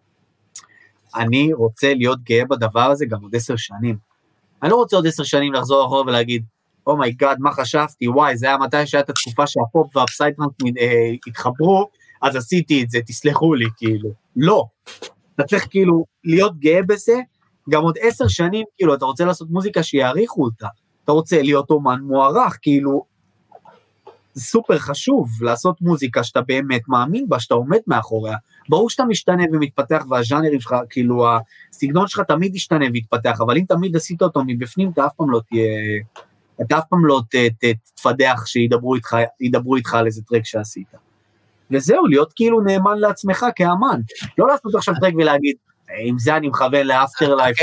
אני רוצה להיות גאה בדבר הזה גם עוד 10 שנים, אני לא רוצה עוד 10 שנים לחזור אחורה ולהגיד, אומייגאד, מה חשבתי, וואי, זה היה מתי שהייתה התקופה שהפופ והפסייטמנט התחברו, אז עשיתי את זה, תסלחו לי, כאילו, לא, אתה צריך כאילו להיות גאה בזה, גם עוד 10 שנים, כאילו, אתה רוצה לעשות מוזיקה שיעריכו אותה, אתה רוצה להיות אומן מוערך, כאילו, זה סופר חשוב לעשות מוזיקה שאתה באמת מאמין בה, שאתה עומד מאחוריה, ברור שאתה משתנה ומתפתח, והז'אנרים שלך, כאילו, הסגנון שלך תמיד ישתנה ויתפתח, אבל אם תמיד עשית אותו מבפנים, אתה אף פעם לא תהיה, אתה אף פעם לא תתפדח שידברו איתך על איזה טרק שעשית. וזהו, להיות כאילו נאמן לעצמך כאמן, לא לעשות עכשיו טרק ולהגיד, עם זה אני מכוון לאפטר לייף.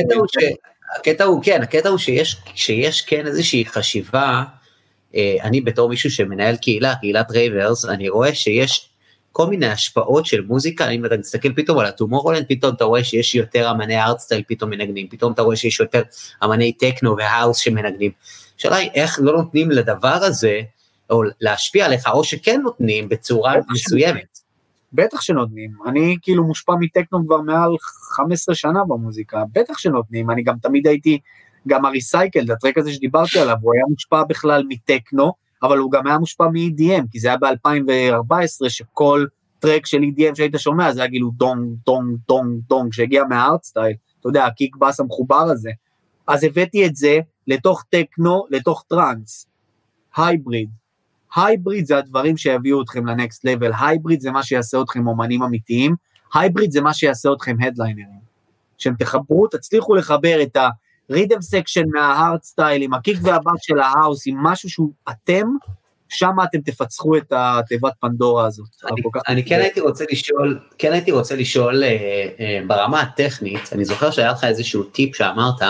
הקטע הוא שיש כן איזושהי חשיבה, אני בתור מישהו שמנהל קהילת רייברס, אני רואה שיש כל מיני השפעות של מוזיקה, אם אתה מסתכל פתאום על הטומורולנד, פתאום אתה רואה שיש יותר אמני ארטסטייל פתאום מנגנים, פתאום אתה רואה שיש יותר אמני טקנו והאוס שמנגנים, השאלה היא איך לא נותנים לדבר הזה, או להשפיע עליך, או שכן נותנים בצורה מסוימת. בטח שנותנים, אני כאילו מושפע מטקנו כבר מעל 15 שנה במוזיקה, בטח שנותנים, אני גם תמיד הייתי, גם הריסייקל, הטרק הזה שדיברתי עליו, הוא היה מושפע בכלל מטקנו, אבל הוא גם היה מושפע מ-EDM, כי זה היה ב-2014, שכל טרק של EDM שהיית שומע, זה היה כאילו דונג, דונג, דונג, דונג, שהגיע מהארטסטייל, אתה יודע, הקיק באס המחובר הזה, אז הבאתי את זה לתוך טקנו, לתוך טרנס, הייבריד, הייבריד זה הדברים שיביאו אתכם לנקסט לבל, הייבריד זה מה שיעשה אתכם אומנים אמיתיים, הייבריד זה מה שיעשה אתכם הדליינרים, שהם תחברו, תצליחו לחבר את הרידם סקשן מההארד סטייל, עם הקיק והבאס של ההאוס, עם משהו שהוא אתם, שם אתם תפצחו את התיבת פנדורה הזאת. אני כן הייתי רוצה לשאול ברמה הטכנית, אני זוכר שהיה לך איזשהו טיפ שאמרת,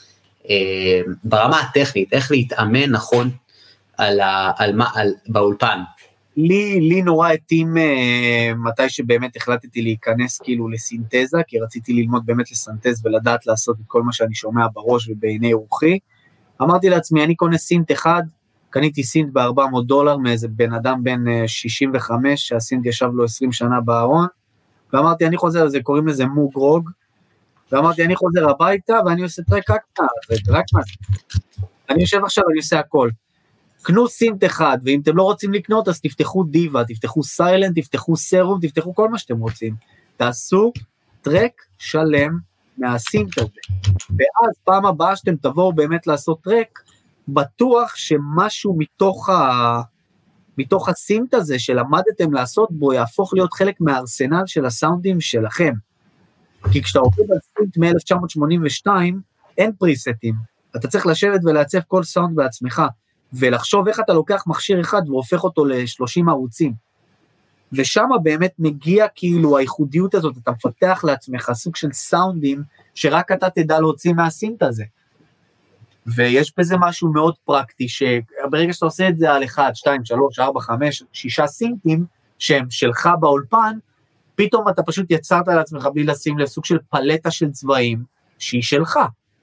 ברמה הטכנית, איך להתאמן נכון באולפן. לי נורא התאים מתי שבאמת החלטתי להיכנס כאילו לסינתזה, כי רציתי ללמוד באמת לסנטז ולדעת לעשות את כל מה שאני שומע בראש ובעיני רוחי. אמרתי לעצמי, אני קונה סינט אחד, קניתי סינט $400 מאיזה בן אדם בן 65, שהסינט ישב לו 20 שנה בארון, ואמרתי, אני חוזר לזה, קוראים לזה מוגרוג, ואמרתי, אני חוזר הביתה, ואני עושה טרק רק מה. אני יושב עכשיו, אני עושה הכל. קנו סינט אחד, ואם אתם לא רוצים לקנות, אז תפתחו דיבה, תפתחו סיילנט, תפתחו סרום, תפתחו כל מה שאתם רוצים. תעשו טרק שלם מהסינט הזה, ואז פעם הבאה שאתם תבואו באמת לעשות טרק, בטוח שמשהו מתוך הסינט הזה שלמדתם לעשות בו, יהפוך להיות חלק מהארסנל של הסאונדים שלכם, כי כשאתה עובד על סינט מ-1982, אין פריסטים, אתה צריך לשבת ולעצב כל סאונד בעצמך, ולחשוב איך אתה לוקח מכשיר אחד, והופך אותו ל-30 ערוצים, ושם באמת מגיע כאילו הייחודיות הזאת, אתה מפתח לעצמך סוג של סאונדים, שרק אתה תדע להוציא מהסינט הזה, ויש בזה משהו מאוד פרקטי, שברגע שאתה עושה את זה על 1, 2, 3, 4, 5, 6 סינטים, שהם שלך באולפן, פתאום אתה פשוט יצרת לעצמך בלי לשים לב סוג של פלטה של צבעים, שהיא שלך.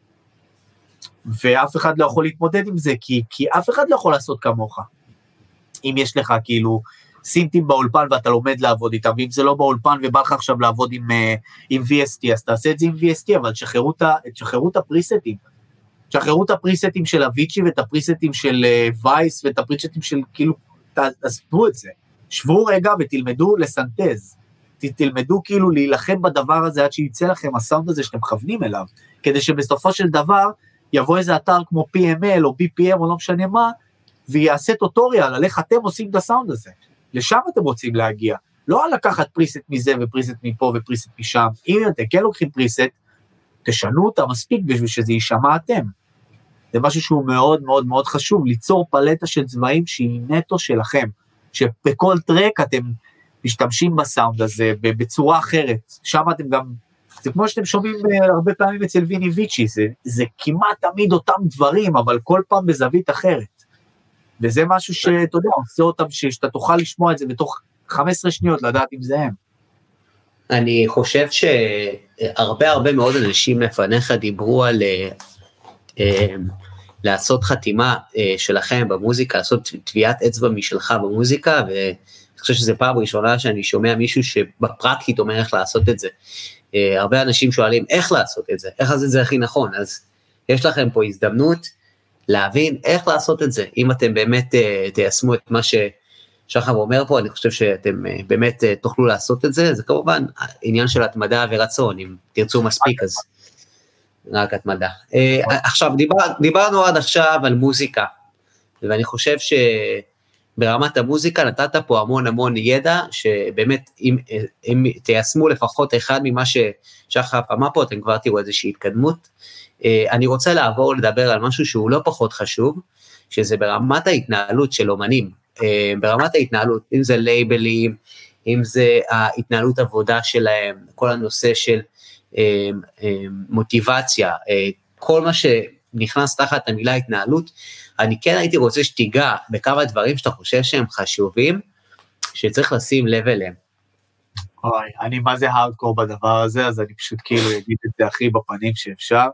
ואף אחד לא יכול להתמודד עם זה, כי אף אחד לא יכול לעשות כמוך. אם יש לך כאילו סינטים באולפן ואתה לומד לעבוד איתם, ואם זה לא באולפן ובא לך עכשיו לעבוד עם VST, אז תעשה את זה עם VST, אבל תשחררו את הפריסטים. תשחררו את הפריסטים של הויצ'י ואת הפריסטים של וייס ואת הפריסטים של כאילו, תעזבו את זה. שבו רגע ותלמדו לסנטז. תלמדו כאילו להילחם בדבר הזה עד שיצא לכם הסאונד הזה שאתם מכוונים אליו, כדי שבסופו של דבר יבוא איזה אתר כמו PML או BPM או לא משנה מה, ויעשה טוטוריאל על איך אתם עושים את הסאונד הזה. לשם אתם רוצים להגיע. לא לקחת פריסט מזה ופריסט מפה ופריסט משם. אם אתם כן לוקחים פריסט, תשנו אותה מספיק בשביל שזה יישמע אתם. זה משהו שהוא מאוד מאוד מאוד חשוב, ליצור פלטה של צבעים שהיא נטו שלכם, שבכל טרק אתם משתמשים בסאונד הזה בצורה אחרת, שם אתם גם, זה כמו שאתם שומעים הרבה פעמים אצל ויני ויצ'י, זה כמעט תמיד אותם דברים, אבל כל פעם בזווית אחרת, וזה משהו שאתה יודע, עושה אותם שאתה תוכל לשמוע את זה בתוך 15 שניות, לדעת אם זה הם. אני חושב שהרבה מאוד אנשים לפניך דיברו על לעשות חתימה שלכם במוזיקה, לעשות טביעת אצבע משלך במוזיקה, ואני חושב שזה פעם ראשונה שאני שומע מישהו שבפרקטית אומר איך לעשות את זה. הרבה אנשים שואלים איך לעשות את זה, איך לעשות את זה הכי נכון, אז יש לכם פה הזדמנות להבין איך לעשות את זה, אם אתם באמת תיישמו את מה ששחר אומר פה, אני חושב שאתם באמת תוכלו לעשות את זה, זה כמובן עניין של התמדה ורצון, אם תרצו מספיק אז רק התמדה. עכשיו, דיברנו עד עכשיו על מוזיקה, ואני חושב שברמת המוזיקה נתת פה המון ידע, שבאמת אם תיישמו לפחות אחד ממה ששחר אמר פה, אתם כבר תראו איזושהי התקדמות. אני רוצה לעבור לדבר על משהו שהוא לא פחות חשוב, שזה ברמת ההתנהלות של אומנים, ברמת ההתנהלות, אם זה לייבלים, אם זה ההתנהלות עבודה שלהם, כל הנושא של מוטיבציה, כל מה שנכנס תחת המילה התנהלות, אני כן הייתי רוצה שתיגע בכמה דברים שאתה חושב שהם חשובים, שצריך לשים לב אליהם. אוי, אני מה זה הארדקור בדבר הזה, אז אני פשוט כאילו אגיד את זה הכי בפנים שאפשר.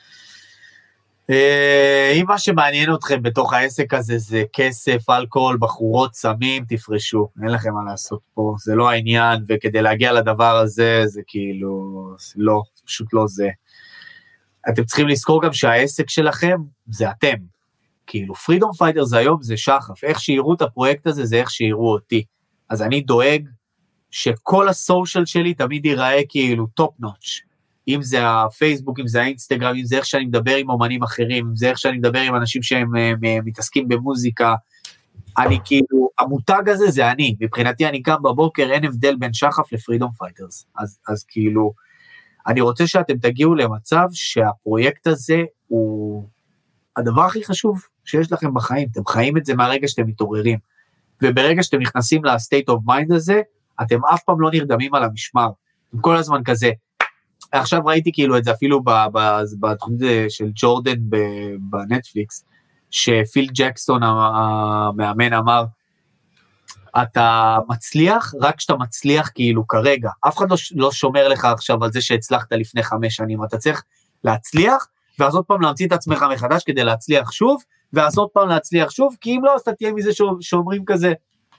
אם מה שמעניין אתכם בתוך העסק הזה, זה כסף, אלכוהול, בחורות, סמים, תפרשו, אין לכם מה לעשות פה, זה לא העניין, וכדי להגיע לדבר הזה, זה כאילו, לא, פשוט לא זה. אתם צריכים לזכור גם שהעסק שלכם, זה אתם, כאילו, פרידום פייטרס היום זה שחף, איך שיראו את הפרויקט הזה, זה איך שיראו אותי, אז אני דואג, שכל הסושיאל שלי תמיד ייראה כאילו טופ נוטש, אם זה הפייסבוק, אם זה האינסטגרם, אם זה איך שאני מדבר עם אומנים אחרים, אם זה איך שאני מדבר עם אנשים שהם מתעסקים במוזיקה, אני כאילו, המותג הזה זה אני, מבחינתי אני קם בבוקר, אין הבדל בין שחף לפרידום פייטרס, אז כאילו, אני רוצה שאתם תגיעו למצב שהפרויקט הזה הוא הדבר הכי חשוב שיש לכם בחיים, אתם חיים את זה מהרגע שאתם מתעוררים, וברגע שאתם נכנסים ל-state of mind הזה, אתם אף פעם לא נרדמים על המשמר, אתם כל הזמן כזה, עכשיו ראיתי כאילו את זה אפילו בתחום של ג'ורדן בנטפליקס, שפיל ג'קסון המאמן אמר, אתה מצליח, רק שאתה מצליח כאילו כרגע, אף אחד לא שומר לך עכשיו על זה שהצלחת לפני 5 שנים, אתה צריך להצליח, ואז עוד פעם להמציא את עצמך מחדש כדי להצליח שוב, ואז עוד פעם להצליח שוב, כי אם לא, אז אתה תהיה מזה שאומרים כזה,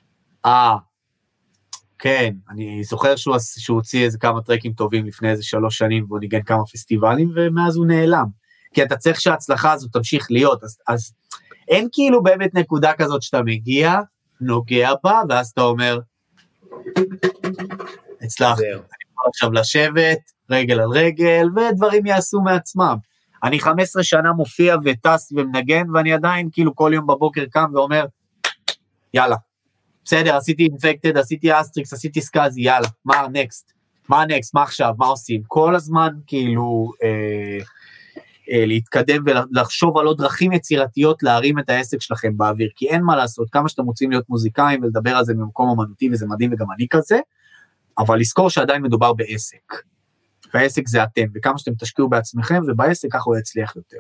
כן, אני זוכר שהוא הוציא איזה כמה טרקים טובים לפני איזה 3 שנים, והוא ניגן כמה פסטיבלים, ומאז הוא נעלם, כי אתה צריך שההצלחה הזו תמשיך להיות, אז אין כאילו באמת נקודה כזאת שאתה מגיע, נוגע בה, ואז אתה אומר, הצלחתי, אני יכול עכשיו לשבת, רגל על רגל, ודברים יעשו מעצמם. אני 15 שנה מופיע וטס ומנגן, ואני עדיין כאילו כל יום בבוקר קם ואומר, יאללה, בסדר, עשיתי אינפקטד, עשיתי אסטריקס, עשיתי סקאזי, יאללה, מה נקסט? מה נקסט? מה עכשיו? מה עושים? כל הזמן כאילו להתקדם ולחשוב על עוד דרכים יצירתיות להרים את העסק שלכם באוויר, כי אין מה לעשות, כמה שאתם רוצים להיות מוזיקאים ולדבר על זה ממקום אומנותי, וזה מדהים וגם אני כזה, אבל לזכור שעדיין מדובר בעסק, והעסק זה אתם, וכמה שאתם תשקיעו בעצמכם, ובעסק ככה הוא יצליח יותר.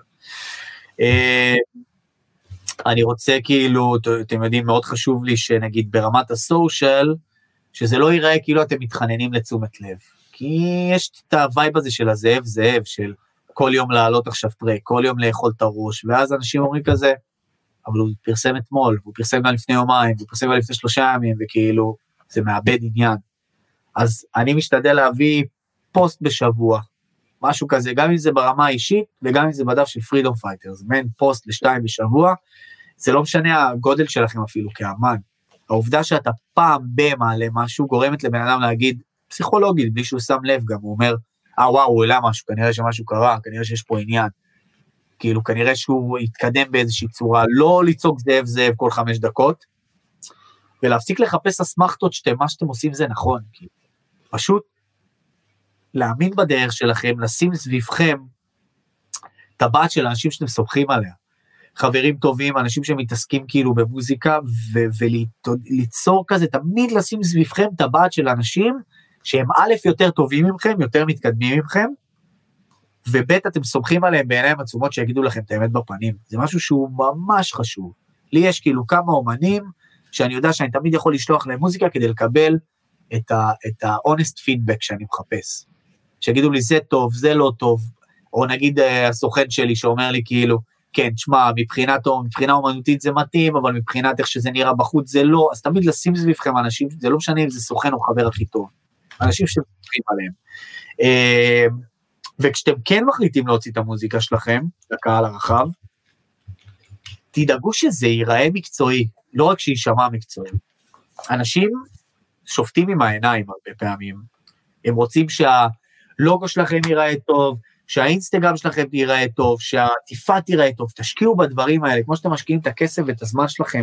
אני רוצה כאילו, אתם יודעים, מאוד חשוב לי שנגיד ברמת הסושיאל, שזה לא ייראה כאילו אתם מתחננים לתשומת לב, כי יש את הווייב הזה של הזאב זאב, של כל יום לעלות עכשיו טרק, כל יום לאכול את הראש, ואז אנשים אומרים כזה, אבל הוא פרסם אתמול, הוא פרסם גם לפני יומיים, הוא פרסם גם לפני 3 ימים, וכאילו, זה מאבד עניין. אז אני משתדל להביא פוסט בשבוע, משהו כזה, גם אם זה ברמה האישית, וגם אם זה בדף של פרידום פייטרס, בין פוסט ל2 בשבוע, זה לא משנה הגודל שלכם אפילו כאמן, העובדה שאתה פעם במעלה משהו, גורמת לבן אדם להגיד, פסיכולוגית, בלי שהוא שם לב גם, הוא אומר, וואו, הוא העלה משהו, כנראה שמשהו קרה, כנראה שיש פה עניין, כאילו כנראה שהוא יתקדם באיזושהי צורה, לא ליצוק זאב זאב כל 5 דקות, ולהפסיק לחפש אסמכתות מה שאתם עושים זה נכון, כאילו. פשוט להאמין בדרך שלכם, לשים סביבכם טבעת של אנשים שאתם סומכים עליה, חברים טובים, אנשים שמתעסקים כאילו במוזיקה, וליצור כזה, תמיד לשים סביבכם טבעת של אנשים, שהם א' יותר טובים ממכם, יותר מתקדמים ממכם, וב' אתם סומכים עליהם בעיניים עצומות שיגידו לכם את האמת בפנים, זה משהו שהוא ממש חשוב, לי יש כאילו כמה אומנים, שאני יודע שאני תמיד יכול לשלוח להם מוזיקה, כדי לקבל את ה-honest feedback שאני מחפש, שיגידו לי זה טוב, זה לא טוב, או נגיד הסוכן שלי שאומר לי כאילו, כן, תשמע, מבחינה אומנותית זה מתאים, אבל מבחינת איך שזה נראה בחוץ זה לא, אז תמיד לשים סביבכם אנשים, זה לא משנה אם זה סוכן או חבר הכי טוב, אנשים שאתם חושבים עליהם. וכשאתם כן מחליטים להוציא את המוזיקה שלכם, לקהל הרחב, תדאגו שזה ייראה מקצועי, לא רק שישמע מקצועי. אנשים שופטים עם העיניים הרבה פעמים, הם רוצים שהלוגו שלכם ייראה טוב, שהאינסטגרם שלכם ייראה טוב, שהעטיפה תיראה טוב, תשקיעו בדברים האלה, כמו שאתם משקיעים את הכסף ואת הזמן שלכם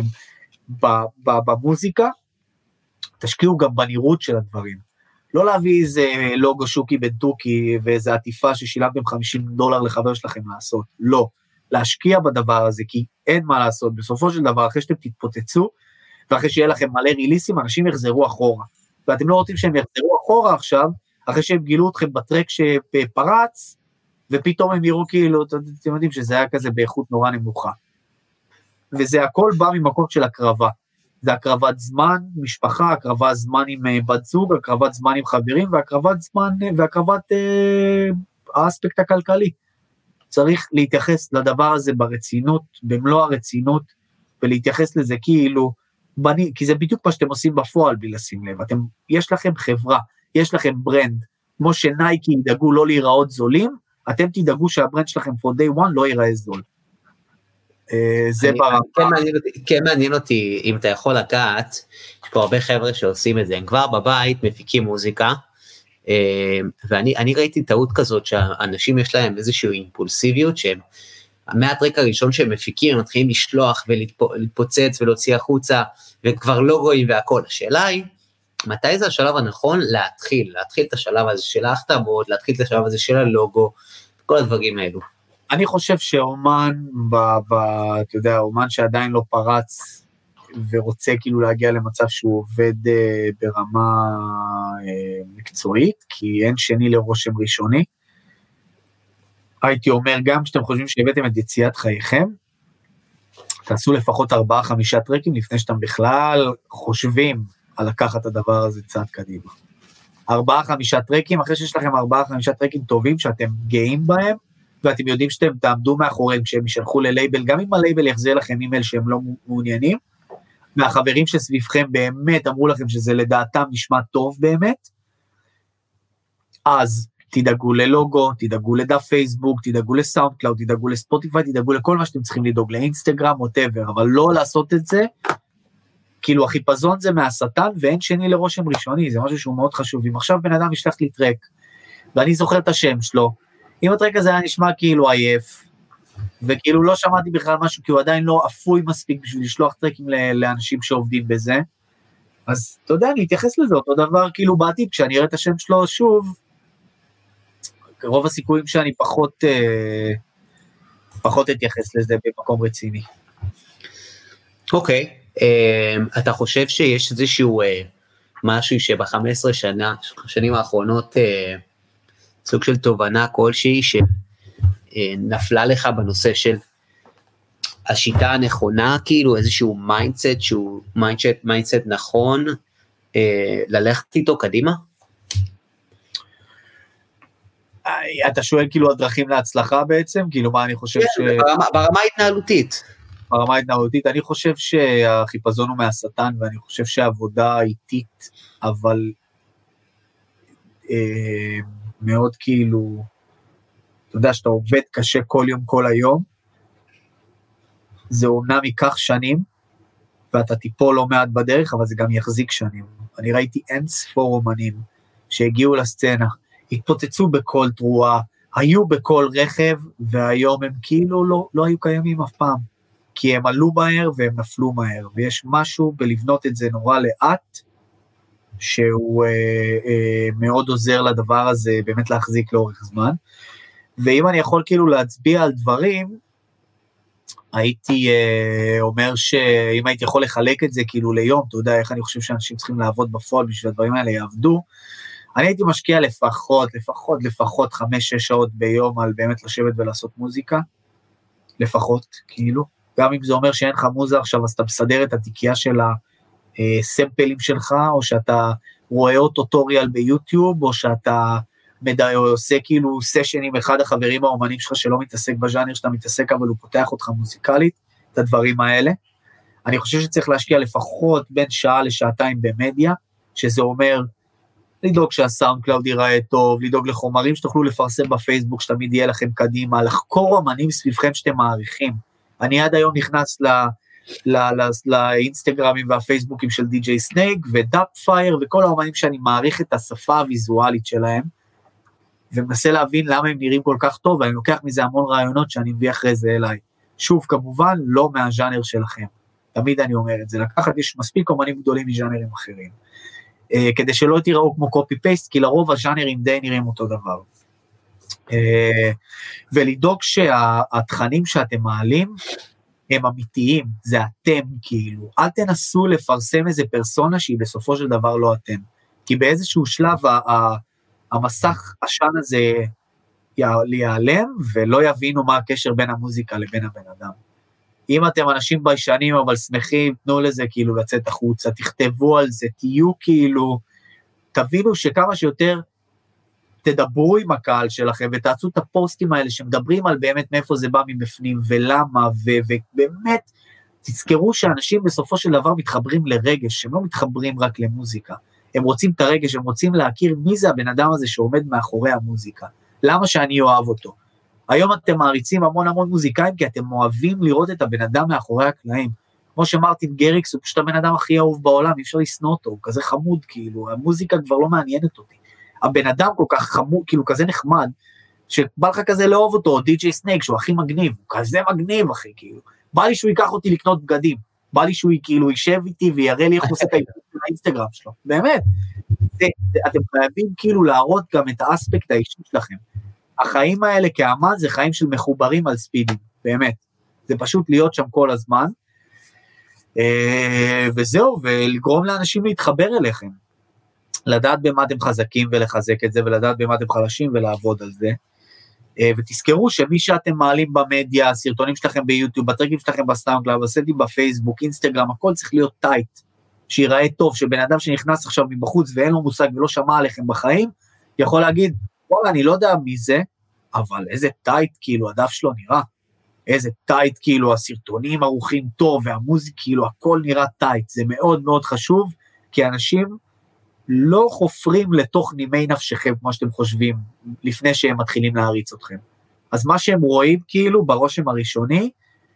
במוזיקה, תשקיעו גם בנראות של הדברים. לא להביא איזה לוגו שוקי בן טוקי, ואיזה עטיפה ששילמתם $50 לחבר שלכם לעשות, לא. להשקיע בדבר הזה, כי אין מה לעשות, בסופו של דבר, אחרי שאתם תתפוצצו, ואחרי שיהיה לכם מלא ריליסים, אנשים יחזרו אחורה, ואתם לא רוצים שהם יחזרו אחורה עכשיו, אחרי שהם גילו אתכם בטרק שפרץ, ופתאום הם יראו כאילו, אתם יודעים שזה היה כזה באיכות נורא נמוכה, וזה הכל בא ממקום של הקרבה, זה הקרבת זמן, משפחה, הקרבת זמן עם בת זוג, הקרבת זמן עם חברים, והקרבת זמן, והקרבת האספקט הכלכלי, צריך להתייחס לדבר הזה ברצינות, במלוא הרצינות, ולהתייחס לזה כאילו, כי זה בדיוק מה שאתם עושים בפועל בלי לשים לב, יש לכם חברה, יש לכם ברנד, כמו שנייקי ידאגו לא להיראות זולים, אתם תדאגו שהברנד שלכם for day one לא ייראה זול. זה כן מעניין אותי, אם אתה יכול לקחת, יש פה הרבה חבר'ה שעושים את זה, הם כבר בבית מפיקים מוזיקה, ואני ראיתי טעות כזאת, שהאנשים יש להם איזושהי אימפולסיביות, שהם, מהטרק הראשון שהם מפיקים, הם מתחילים לשלוח ולהתפוצץ ולהוציא החוצה, וכבר לא רואים והכל. השאלה היא, מתי זה השלב הנכון להתחיל את השלב הזה של ההכתבות, להתחיל את השלב הזה של הלוגו, כל הדברים האלו. אני חושב שאומן, אתה יודע, אומן שעדיין לא פרץ, ורוצה כאילו להגיע למצב שהוא עובד ברמה מקצועית, כי אין שני לרושם ראשוני, הייתי אומר גם שאתם חושבים שהבאתם את יציאת חייכם, תעשו לפחות 4-5 טרקים, לפני שאתם בכלל חושבים על לקחת את הדבר הזה צעד קדימה. 4-5 טרקים, אחרי שיש לכם 4-5 טרקים טובים, שאתם גאים בהם, ואתם יודעים שאתם תעמדו מאחוריהם, כשהם ישלחו ללייבל, גם אם הלייבל יחזיר לכם אימייל שהם לא מעוניינים, והחברים שסביבכם באמת אמרו לכם שזה לדעתם נשמע טוב באמת, אז תדאגו ללוגו, תדאגו לדף פייסבוק, תדאגו לסאונד קלאוד, תדאגו לספוטיפיי, תדאגו לכל מה שאתם צריכים לדאוג, לאינסטגרם, whatever, אבל לא לעשות את זה, כאילו החיפזון זה מהשטן, ואין שני לרושם ראשוני, זה משהו שהוא מאוד חשוב, אם עכשיו בן אדם ישלח לי טרק, ואני זוכר את השם שלו, אם הטרק הזה היה נשמע כאילו עייף, וכאילו לא שמעתי בכלל משהו, כי הוא עדיין לא אפוי מספיק בשביל לשלוח טרקים לאנשים שעובדים בזה, אז אתה יודע, אני אתייחס לזה אותו דבר, כאילו בעתיד, כשאני אראה את השם שלו שוב, רוב הסיכויים שאני פחות אתייחס לזה במקום רציני. אוקיי, אתה חושב שיש איזשהו משהו שב-15 שנים האחרונות, סוג של תובנה כלשהי שנפלה לך בנושא של השיטה הנכונה, כאילו איזשהו מיינדסט שהוא מיינדסט נכון, ללכת איתו קדימה? אתה שואל כאילו הדרכים להצלחה בעצם? כאילו מה אני חושב ברמה ההתנהלותית. ברמה ההתנהלותית, אני חושב שהחיפזון הוא מהשטן, ואני חושב שהעבודה איטית, אבל מאוד כאילו, אתה יודע שאתה עובד קשה כל יום, כל היום, זה אומנם ייקח שנים, ואתה טיפול לא מעט בדרך, אבל זה גם יחזיק שנים. אני ראיתי אין ספור אומנים, שהגיעו לסצנה, התפוצצו בכל תרועה, היו בכל רכב, והיום הם כאילו לא היו קיימים אף פעם, כי הם עלו מהר והם נפלו מהר, ויש משהו בלבנות את זה נורא לאט, שהוא מאוד עוזר לדבר הזה, באמת להחזיק לאורך זמן, ואם אני יכול כאילו להצביע על דברים, הייתי אומר שאם הייתי יכול לחלק את זה כאילו ליום, אתה יודע איך אני חושב שאנשים צריכים לעבוד בפועל, בשביל הדברים האלה יעבדו, אני הייתי משקיע לפחות 5-6 שעות ביום, על באמת לשבת ולעשות מוזיקה, לפחות, כאילו, גם אם זה אומר שאין לך מוזה עכשיו, אז אתה מסדר את התיקייה של הסמפלים שלך, או שאתה רואה אוטוטוריאל ביוטיוב, או שאתה עושה כאילו סשן עם אחד החברים האומנים שלך, שלא מתעסק בז'אנר שאתה מתעסק, אבל הוא פותח אותך מוזיקלית, את הדברים האלה. אני חושב שצריך להשקיע לפחות בין שעה לשעתיים במדיה, שזה אומר לדאוג שהסאונד קלאוד ייראה טוב, לדאוג לחומרים שתוכלו לפרסם בפייסבוק, שתמיד יהיה לכם קדימה, לחקור אמנים סביבכם שאתם מעריכים. אני עד היום נכנס לאינסטגרמים והפייסבוקים של די.ג'יי סנייק ודאפ-פייר, וכל האמנים שאני מעריך את השפה הוויזואלית שלהם, ומנסה להבין למה הם נראים כל כך טוב, ואני לוקח מזה המון רעיונות שאני מביא אחרי זה אליי. שוב, כמובן, לא מהז'אנר שלכם. תמיד אני אומר את זה, לקחת, יש מספיק אמנים גדולים מז'אנרים אחרים. כדי שלא תיראו כמו קופי-פייסט, כי לרוב הז'אנרים די נראים אותו דבר. ולדאוג שהתכנים שאתם מעלים, הם אמיתיים, זה אתם כאילו, אל תנסו לפרסם איזה פרסונה, שהיא בסופו של דבר לא אתם, כי באיזשהו שלב, המסך עשן הזה ייעלם, ולא יבינו מה הקשר בין המוזיקה לבין הבן אדם. אם אתם אנשים ביישנים, אבל שמחים, תנו לזה כאילו לצאת החוצה, תכתבו על זה, תהיו כאילו, תבינו שכמה שיותר תדברו עם הקהל שלכם, ותעשו את הפוסטים האלה, שמדברים על באמת מאיפה זה בא מבפנים, ולמה, ובאמת, תזכרו שאנשים בסופו של דבר מתחברים לרגש, הם לא מתחברים רק למוזיקה, הם רוצים את הרגש, הם רוצים להכיר מי זה הבן אדם הזה שעומד מאחורי המוזיקה, למה שאני אוהב אותו. היום אתם מעריצים המון מוזיקאים, כי אתם אוהבים לראות את הבן אדם מאחורי הקלעים, כמו שמרטין גריקס, הוא פשוט הבן אדם הכי אהוב בעולם, אי אפשר לשנוא אותו, הוא כזה חמוד, כאילו, המוזיקה כבר לא מעניינת אותי, הבן אדם כל כך חמוד, כאילו כזה נחמד, שבא לך כזה לאהוב אותו, די.ג'יי סנייק, שהוא הכי מגניב, הוא כזה מגניב אחי, כאילו, בא לי שהוא ייקח אותי לקנות בגדים, בא לי שהוא כאילו יישב איתי, ויראה לי איך הוא עושה את האינסטגרם שלו, באמת, אתם חייבים כאילו להראות גם את האספקט האישי שלכם, החיים האלה כאמן זה חיים של מחוברים על ספידים, באמת, זה פשוט להיות שם כל הזמן, וזהו, ולגרום לאנשים להתחבר אליכם, לדעת במה אתם חזקים ולחזק את זה, ולדעת במה אתם חלשים ולעבוד על זה, ותזכרו שמי שאתם מעלים במדיה, הסרטונים שלכם ביוטיוב, בטרקים שלכם בסאונדקלאוד, בסטים בפייסבוק, אינסטגרם, הכל צריך להיות טייט, שיראה טוב, שבן אדם שנכנס עכשיו מבחוץ ואין לו מושג ולא שמע עליכם בחיים, יכול להגיד, וואלה, אני לא יודע מי זה, אבל איזה טייט כאילו הדף שלו נראה, איזה טייט כאילו הסרטונים ערוכים טוב, והמוזיק כאילו הכל נראה טייט, זה מאוד מאוד חשוב, כי אנשים לא חופרים לתוך נימי נפשכם, כמו שאתם חושבים, לפני שהם מתחילים להריץ אתכם. אז מה שהם רואים כאילו ברושם הראשוני,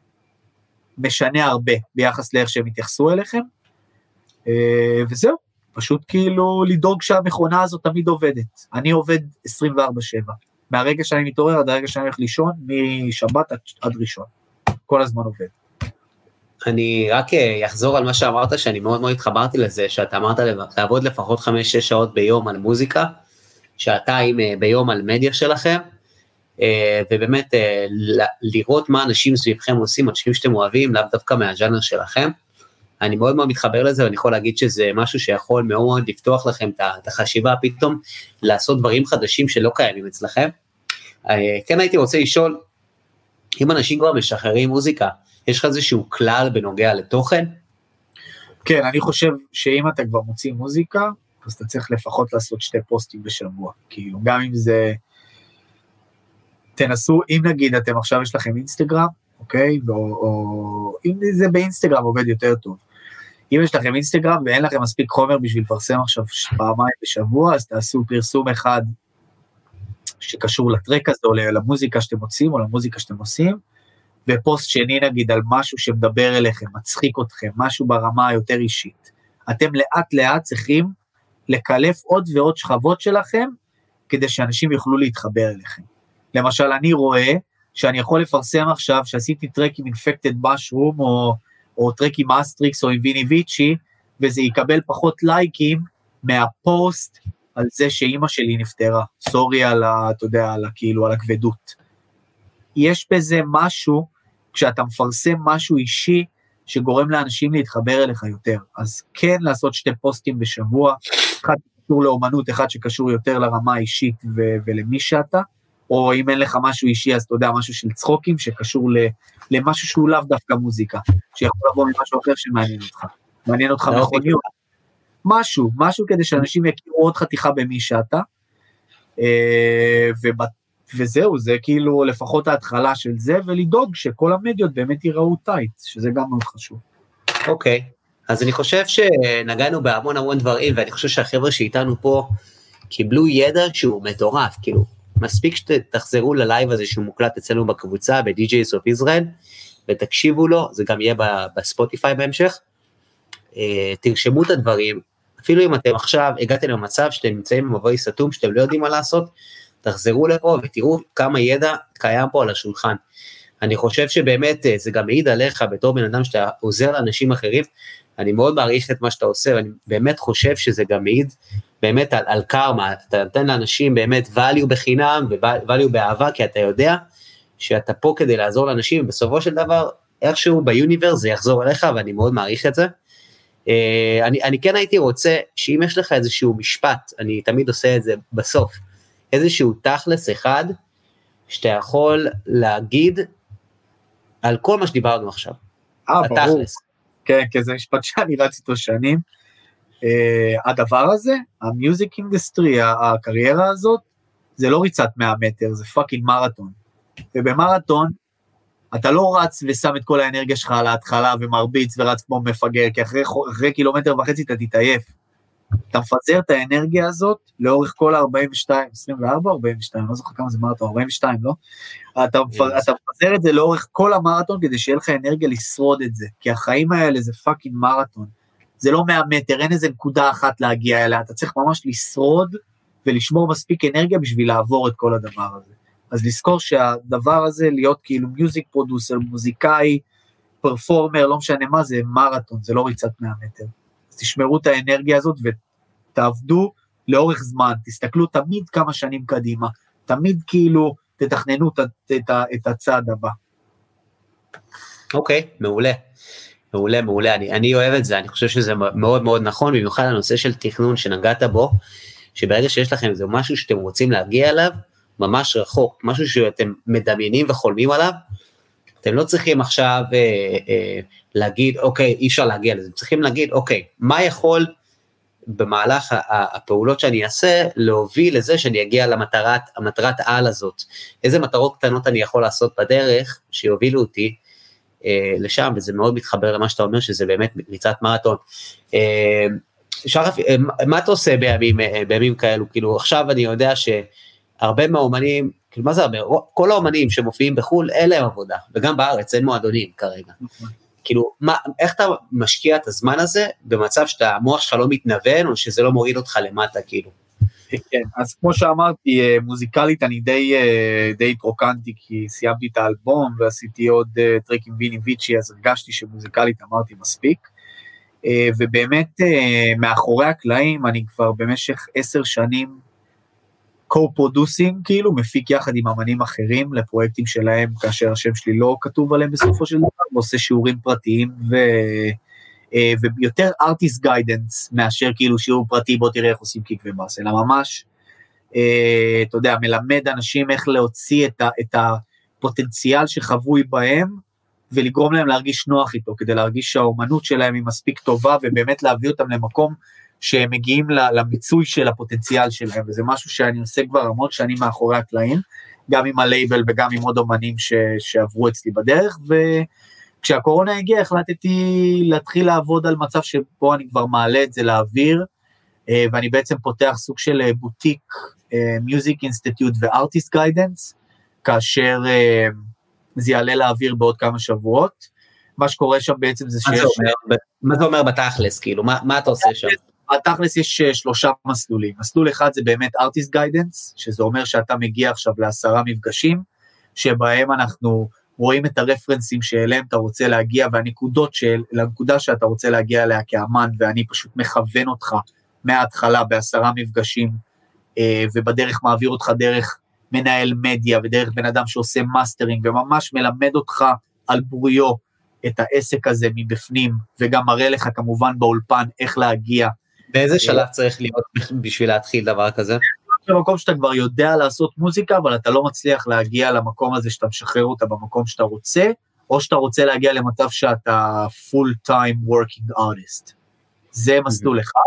משנה הרבה ביחס לאיך שהם יתייחסו אליכם, וזהו, פשוט כאילו לדאוג שהמכונה הזאת תמיד עובדת. אני עובד 24/7. מהרגע שאני מתעורר עד הרגע שאני הולך לישון, משבת עד ראשון. כל הזמן עובד. אני רק אחזור על מה שאמרת, שאני מאוד מאוד התחברתי לזה, שאתה אמרת לעבוד לפחות 5-6 שעות ביום על מוזיקה, שעתיים ביום על מדיה שלכם, ובאמת לראות מה אנשים סביבכם עושים, אנשים שאתם אוהבים, לאו דווקא מהז'אנר שלכם. אני מאוד מאוד מתחבר לזה, ואני יכול להגיד שזה משהו שיכול מאוד מאוד לפתוח לכם את החשיבה פתאום, לעשות דברים חדשים שלא קיימים אצלכם. כן הייתי רוצה לשאול, אם אנשים כבר משחררים מוזיקה, יש לך איזשהו כלל בנוגע לתוכן? כן, אני חושב שאם אתה כבר מוציא מוזיקה, אז אתה צריך לפחות לעשות 2 פוסטים בשבוע, כאילו גם אם זה, תנסו, אם נגיד אתם עכשיו יש לכם אינסטגרם, אוקיי, או אם זה באינסטגרם עובד יותר טוב, אם יש לכם אינסטגרם ואין לכם מספיק חומר בשביל לפרסם עכשיו 2 פעמים בשבוע, אז תעשו פרסום אחד שקשור לטרק הזה, או למוזיקה שאתם מוצאים, או למוזיקה שאתם עושים, ופוסט שני נגיד על משהו שמדבר אליכם, מצחיק אתכם, משהו ברמה היותר אישית. אתם לאט לאט צריכים לקלף עוד ועוד שכבות שלכם, כדי שאנשים יוכלו להתחבר אליכם. למשל, אני רואה שאני יכול לפרסם עכשיו, שעשיתי טרק עם Infected Mushroom, או טרק עם אסטריקס, או עם ויני ויצ'י, וזה יקבל פחות לייקים, מהפוסט על זה שאימא שלי נפטרה. סורי על, אתה יודע, כאילו, על הכבדות. יש בזה משהו, כשאתה מפרסם משהו אישי, שגורם לאנשים להתחבר אליך יותר, אז כן לעשות 2 פוסטים בשבוע, אחד שקשור לאומנות, אחד שקשור יותר לרמה האישית ולמי שאתה, או אם אין לך משהו אישי, אז אתה יודע, משהו של צחוקים, שקשור למשהו שהוא לאו דווקא מוזיקה, שיכול לבוא ממשהו אחר שמעניין אותך, מעניין אותך מכוניות, משהו כדי שאנשים יכירו עוד חתיכה במי שאתה, וזהו, זה כאילו לפחות ההתחלה של זה, ולדאוג שכל המדיות באמת ייראו טייט, שזה גם מאוד חשוב. אוקיי, אז אני חושב שנגענו בהמון דברים, ואני חושב שהחבר'ה שאיתנו פה קיבלו ידע שהוא מטורף, כאילו, מספיק שתחזרו ללייב הזה שהוא מוקלט אצלנו בקבוצה, ב-DJs of Israel, ותקשיבו לו, זה גם יהיה בספוטיפיי בהמשך, תרשמו את הדברים, אפילו אם אתם עכשיו הגעתם למצב שאתם נמצאים במבוי סתום, שאתם לא יודעים מה לעשות, תחזרו לפה ותראו כמה ידע קיים פה על השולחן. אני חושב שבאמת זה גם מעיד עליך בתור בן אדם שאתה עוזר לאנשים אחרים, אני מאוד מעריך את מה שאתה עושה, ואני באמת חושב שזה גם מעיד באמת על קרמה, אתה נותן לאנשים באמת value בחינם, ו-value באהבה, כי אתה יודע שאתה פה כדי לעזור לאנשים, ובסופו של דבר, איכשהו ביוניברס זה יחזור אליך, ואני מאוד מעריך את זה. אני כן הייתי רוצה, שאם יש לך איזשהו משפט, אני תמיד עושה את זה בסוף, איזשהו תכלס אחד, שאתה יכול להגיד, על כל מה שדיברנו עכשיו. ברור. כן, כי זה משפט שאני רץ איתו שנים. הדבר הזה, המיוזיק אינדסטרי, הקריירה הזאת, זה לא ריצת 100 מטר, זה פאקינג מרתון. ובמרתון, אתה לא רץ ושם את כל האנרגיה שלך על ההתחלה, ומרביץ ורץ כמו מפגר, כי אחרי 1.5 קילומטר אתה תתעייף. אתה מפזר את האנרגיה הזאת, לאורך כל 42, 24, 42, אני לא זוכר כמה זה מרתון, 42, לא? אתה מפזר את זה לאורך כל המרתון, כדי שיהיה לך אנרגיה לשרוד את זה, כי החיים האלה זה פאקינג מרתון, זה לא 100 מטר, אין איזה נקודה אחת להגיע אליה, אתה צריך ממש לשרוד, ולשמור מספיק אנרגיה, בשביל לעבור את כל הדבר הזה. אז לזכור שהדבר הזה, להיות כאילו מיוזיק פרודוסר, מוזיקאי, פרפורמר, לא משנה מה, זה מרתון, זה לא ריצת 100 מטר. אז תשמרו את האנרגיה הזאת, ותעבדו לאורך זמן, תסתכלו תמיד כמה שנים קדימה, תמיד כאילו תתכננו את הצעד הבא. אוקיי, מעולה. מעולה, אני אוהב את זה, אני חושב שזה מאוד מאוד נכון, במיוחד הנושא של תכנון שנגעת בו, שברגע שיש לכם זה משהו שאתם רוצים להגיע אליו, ממש רחוק, משהו שאתם מדמיינים וחולמים עליו, אתם לא צריכים עכשיו להגיד, אוקיי, אי אפשר להגיע לזה, צריכים להגיד, אוקיי, מה יכול במהלך הפעולות שאני אעשה, להוביל לזה שאני אגיע למטרת העל הזאת, איזה מטרות קטנות אני יכול לעשות בדרך, שיובילו אותי לשם, וזה מאוד מתחבר למה שאתה אומר, שזה באמת ריצת מרתון. שרף, מה אתה עושה בימים כאלו? כאילו, עכשיו אני יודע שהרבה מהאומנים, כאילו, מה זה הרבה? כל האומנים שמופיעים בחול, אין להם עבודה, וגם בארץ אין מועדונים כרגע. כאילו, איך אתה משקיע את הזמן הזה, במצב שאתה, המוח שלך לא מתנוון, או שזה לא מוריד אותך למטה, כאילו? כן, אז כמו שאמרתי, מוזיקלית אני די התרוקנתי, כי סיימתי את האלבום, ועשיתי עוד טרק עם ויני ויצ'י, אז הרגשתי שמוזיקלית אמרתי מספיק, ובאמת מאחורי הקלעים, אני כבר במשך 10 שנים, co-producing, כאילו, מפיק יחד עם אמנים אחרים, לפרויקטים שלהם, כאשר השם שלי לא כתוב עליהם בסופו של דבר, ועושה שיעורים פרטיים, ויותר artist guidance, מאשר כאילו שיעור פרטי, בוא תראה איך עושים קיק ובאס, אלא ממש, אתה יודע, מלמד אנשים איך להוציא את הפוטנציאל שחבוי בהם, ולגרום להם להרגיש נוח איתו, כדי להרגיש שהאומנות שלהם היא מספיק טובה, ובאמת להביא אותם למקום שהם מגיעים למיצוי של הפוטנציאל שלהם, וזה משהו שאני עושה כבר המון שנים מאחורי הקלעים, גם עם הלייבל וגם עם עוד אומנים שעברו אצלי בדרך, וכשהקורונה הגיעה החלטתי להתחיל לעבוד על מצב שבו אני כבר מעלה את זה לאוויר, ואני בעצם פותח סוג של בוטיק, מיוזיק אינסטיטוט וארטיסט גיידנס, כאשר זה יעלה לאוויר בעוד כמה שבועות, מה שקורה שם בעצם זה שיש... מה זה אומר בתכלס, כאילו? מה אתה עושה שם? בתכלס יש 3 מסלולים. מסלול אחד זה באמת artist guidance, שזה אומר שאתה מגיע עכשיו ל10 מפגשים, שבהם אנחנו רואים את הרפרנסים שאליהם אתה רוצה להגיע, והנקודות לנקודה שאתה רוצה להגיע אליה כאמן, ואני פשוט מכוון אותך מההתחלה ב10 מפגשים, ובדרך מעביר אותך דרך מנהל מדיה, ודרך בן אדם שעושה מאסטרינג, וממש מלמד אותך על בוריו, את העסק הזה מבפנים, וגם מראה לך כמובן באולפן איך להגיע. באיזה שלב צריך להיות בשביל להתחיל דבר כזה? במקום שאתה כבר יודע לעשות מוזיקה, אבל אתה לא מצליח להגיע למקום הזה שאתה משחרר אותה במקום שאתה רוצה, או שאתה רוצה להגיע למצב שאתה full time working artist. זה מסלול אחד.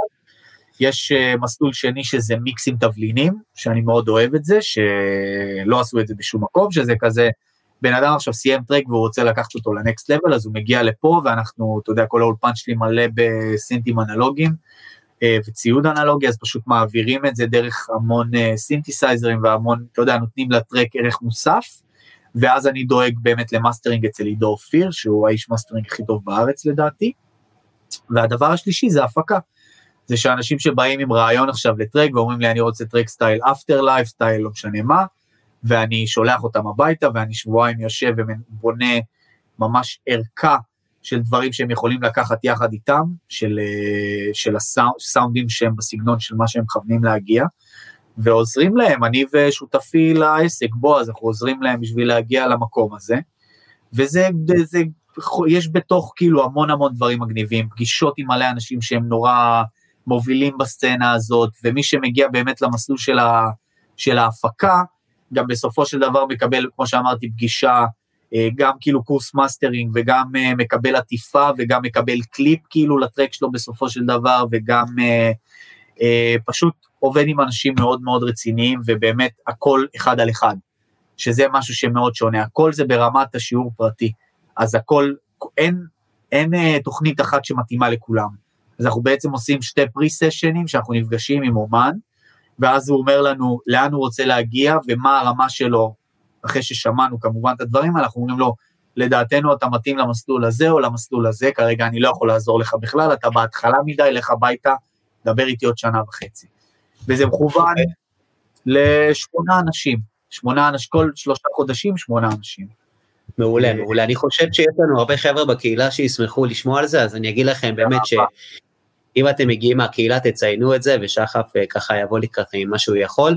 יש מסלול שני שזה מיקס עם תבלינים, שאני מאוד אוהב את זה, שלא עשו את זה בשום מקום, שזה כזה, בן אדם עכשיו סיים טרק והוא רוצה לקחת אותו לנקסט לבל, אז הוא מגיע לפה, ואנחנו, אתה יודע, כל האולפן שלי מלא בסינטים אנלוגיים, וציוד אנלוגי, אז פשוט מעבירים את זה דרך המון סינתסייזרים, והמון, אתה יודע, נותנים לטרק ערך מוסף, ואז אני דואג באמת למאסטרינג אצל עידו אופיר, שהוא האיש מאסטרינג הכי טוב בארץ לדעתי, והדבר השלישי זה הפקה, זה שאנשים שבאים עם רעיון עכשיו לטרק, ואומרים לי אני רוצה טרק סטייל אפטר לייף, סטייל לא משנה מה, ואני שולח אותם הביתה, ואני שבועיים יושב ובונה ממש ערכה של דברים שהם יכולים לקחת יחד איתם, של הסאונדים שהם בסגנון של מה שהם מכוונים להגיע, ועוזרים להם, אני ושותפי לעסק, בו, אז אנחנו עוזרים להם בשביל להגיע למקום הזה, יש בתוך כאילו המון המון דברים מגניבים, פגישות עם מלא אנשים שהם נורא מובילים בסצנה הזאת, ומי שמגיע באמת למסלול של ההפקה, גם בסופו של דבר מקבל, כמו שאמרתי, פגישה, גם כאילו קורס מאסטרינג, וגם מקבל עטיפה, וגם מקבל קליפ כאילו לטרק שלו בסופו של דבר, וגם פשוט עובד עם אנשים מאוד מאוד רציניים, ובאמת הכל אחד על אחד, שזה משהו שמאוד שונה, הכל זה ברמת השיעור פרטי, אז הכל, אין תוכנית אחת שמתאימה לכולם, אז אנחנו בעצם עושים 2 פרי-סשנים, שאנחנו נפגשים עם אומן, ואז הוא אומר לנו לאן הוא רוצה להגיע, ומה הרמה שלו, אחרי ששמענו כמובן את הדברים, אנחנו אומרים לו, לדעתנו אתה מתאים למסלול הזה או למסלול הזה, כרגע אני לא יכול לעזור לך בכלל, אתה בהתחלה מדי, לך הביתה, דבר איתי עוד 1.5 שנה. וזה מכוון ל8 אנשים, כל 3 חודשים 8 אנשים. מעולה, מעולה. אני חושב שיש לנו הרבה חבר'ה בקהילה שישמחו לשמוע על זה, אז אני אגיד לכם באמת אם אתם מגיעים מהקהילה, תציינו את זה, ושחף ככה יבוא לקראתכם עם מה שהוא יכול.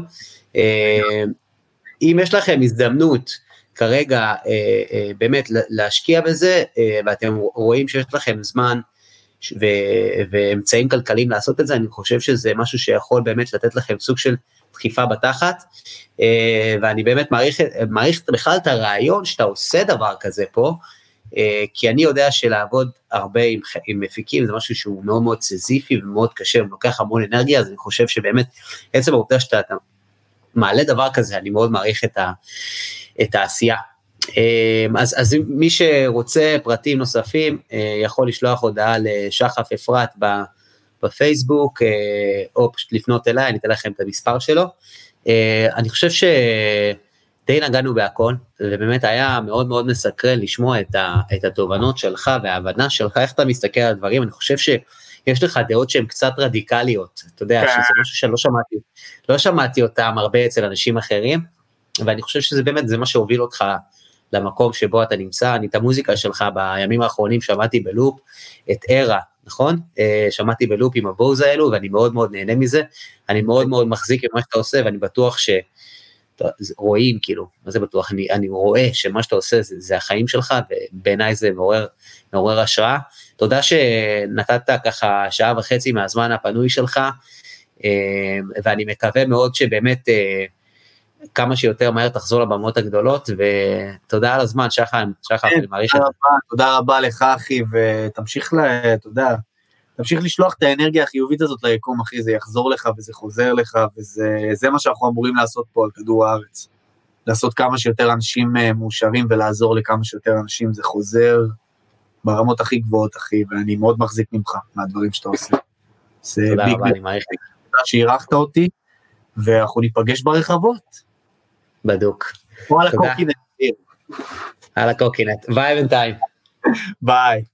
אם יש לכם הזדמנות כרגע באמת להשקיע בזה, ואתם רואים שיש לכם זמן ואמצעים כלכליים לעשות את זה, אני חושב שזה משהו שיכול באמת לתת לכם סוג של דחיפה בתחת, ואני באמת מעריך בכלל את הרעיון שאתה עושה דבר כזה פה, כי אני יודע שלעבוד הרבה עם מפיקים, זה משהו שהוא מאוד מאוד סזיפי ומאוד קשה, ולוקח המון אנרגיה, אז אני חושב שבאמת, עצם העובדה שאתה מעלה דבר כזה, אני מאוד מעריך את העשייה. אז מי שרוצה פרטים נוספים, יכול לשלוח הודעה לשחף אפרת בפייסבוק, או פשוט לפנות אליי, אני אתן לכם את המספר שלו. אני חושב די נגענו בהכל, ובאמת היה מאוד מאוד מסקרן לשמוע את התובנות שלך וההבנה שלך, איך אתה מסתכל על הדברים, אני חושב שיש לך דעות שהן קצת רדיקליות, אתה יודע, שזה משהו שלא שמעתי אותם הרבה אצל אנשים אחרים, ואני חושב שזה באמת, זה מה שהוביל אותך למקום שבו אתה נמצא. אני את המוזיקה שלך בימים האחרונים שמעתי בלופ, את ערה, נכון? שמעתי בלופ עם הבוז האלו, ואני מאוד מאוד נהנה מזה, אני מאוד מאוד מחזיק במה שאתה עושה, ואני בטוח רואים, כאילו, מה זה בטוח, אני רואה שמה שאתה עושה זה החיים שלך, ובעיניי זה מעורר השראה. תודה שנתת ככה שעה וחצי מהזמן הפנוי שלך, ואני מקווה מאוד שבאמת כמה שיותר מהר תחזור לבמות הגדולות, ותודה על הזמן, שחר, אני מעריך את זה. תודה רבה לך, אחי, ותמשיך תמשיך לשלוח את האנרגיה החיובית הזאת ליקום, אחי, זה יחזור לך וזה חוזר לך, וזה מה שאנחנו אמורים לעשות פה על כדור הארץ. לעשות כמה שיותר אנשים מאושרים, ולעזור לכמה שיותר אנשים, זה חוזר ברמות הכי גבוהות, אחי, ואני מאוד מחזיק ממך, מהדברים שאתה עושה. תודה רבה, אני מעריך לך. תודה שעירכת אותי, ואנחנו ניפגש ברחבות. בדוק. או על הקוקינט. על הקוקינט. ביי בינתיים. ביי.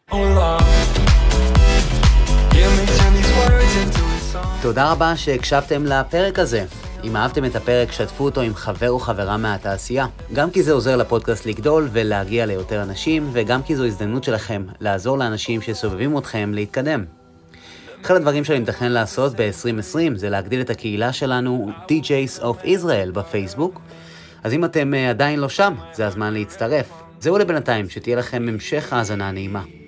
תודה רבה שהקשבתם לפרק הזה. אם אהבתם את הפרק, שתפו אותו עם חבר או חברה מהתעשייה. גם כי זה עוזר לפודקאסט לגדול ולהגיע ליותר אנשים, וגם כי זו הזדמנות שלכם לעזור לאנשים שסובבים אתכם להתקדם. אחד הדברים שאני מתכנן לעשות ב-2020 זה להגדיל את הקהילה שלנו DJs of Israel בפייסבוק. אז אם אתם עדיין לא שם, זה הזמן להצטרף. זהו לבינתיים, שתהיה לכם המשך האזנה נעימה.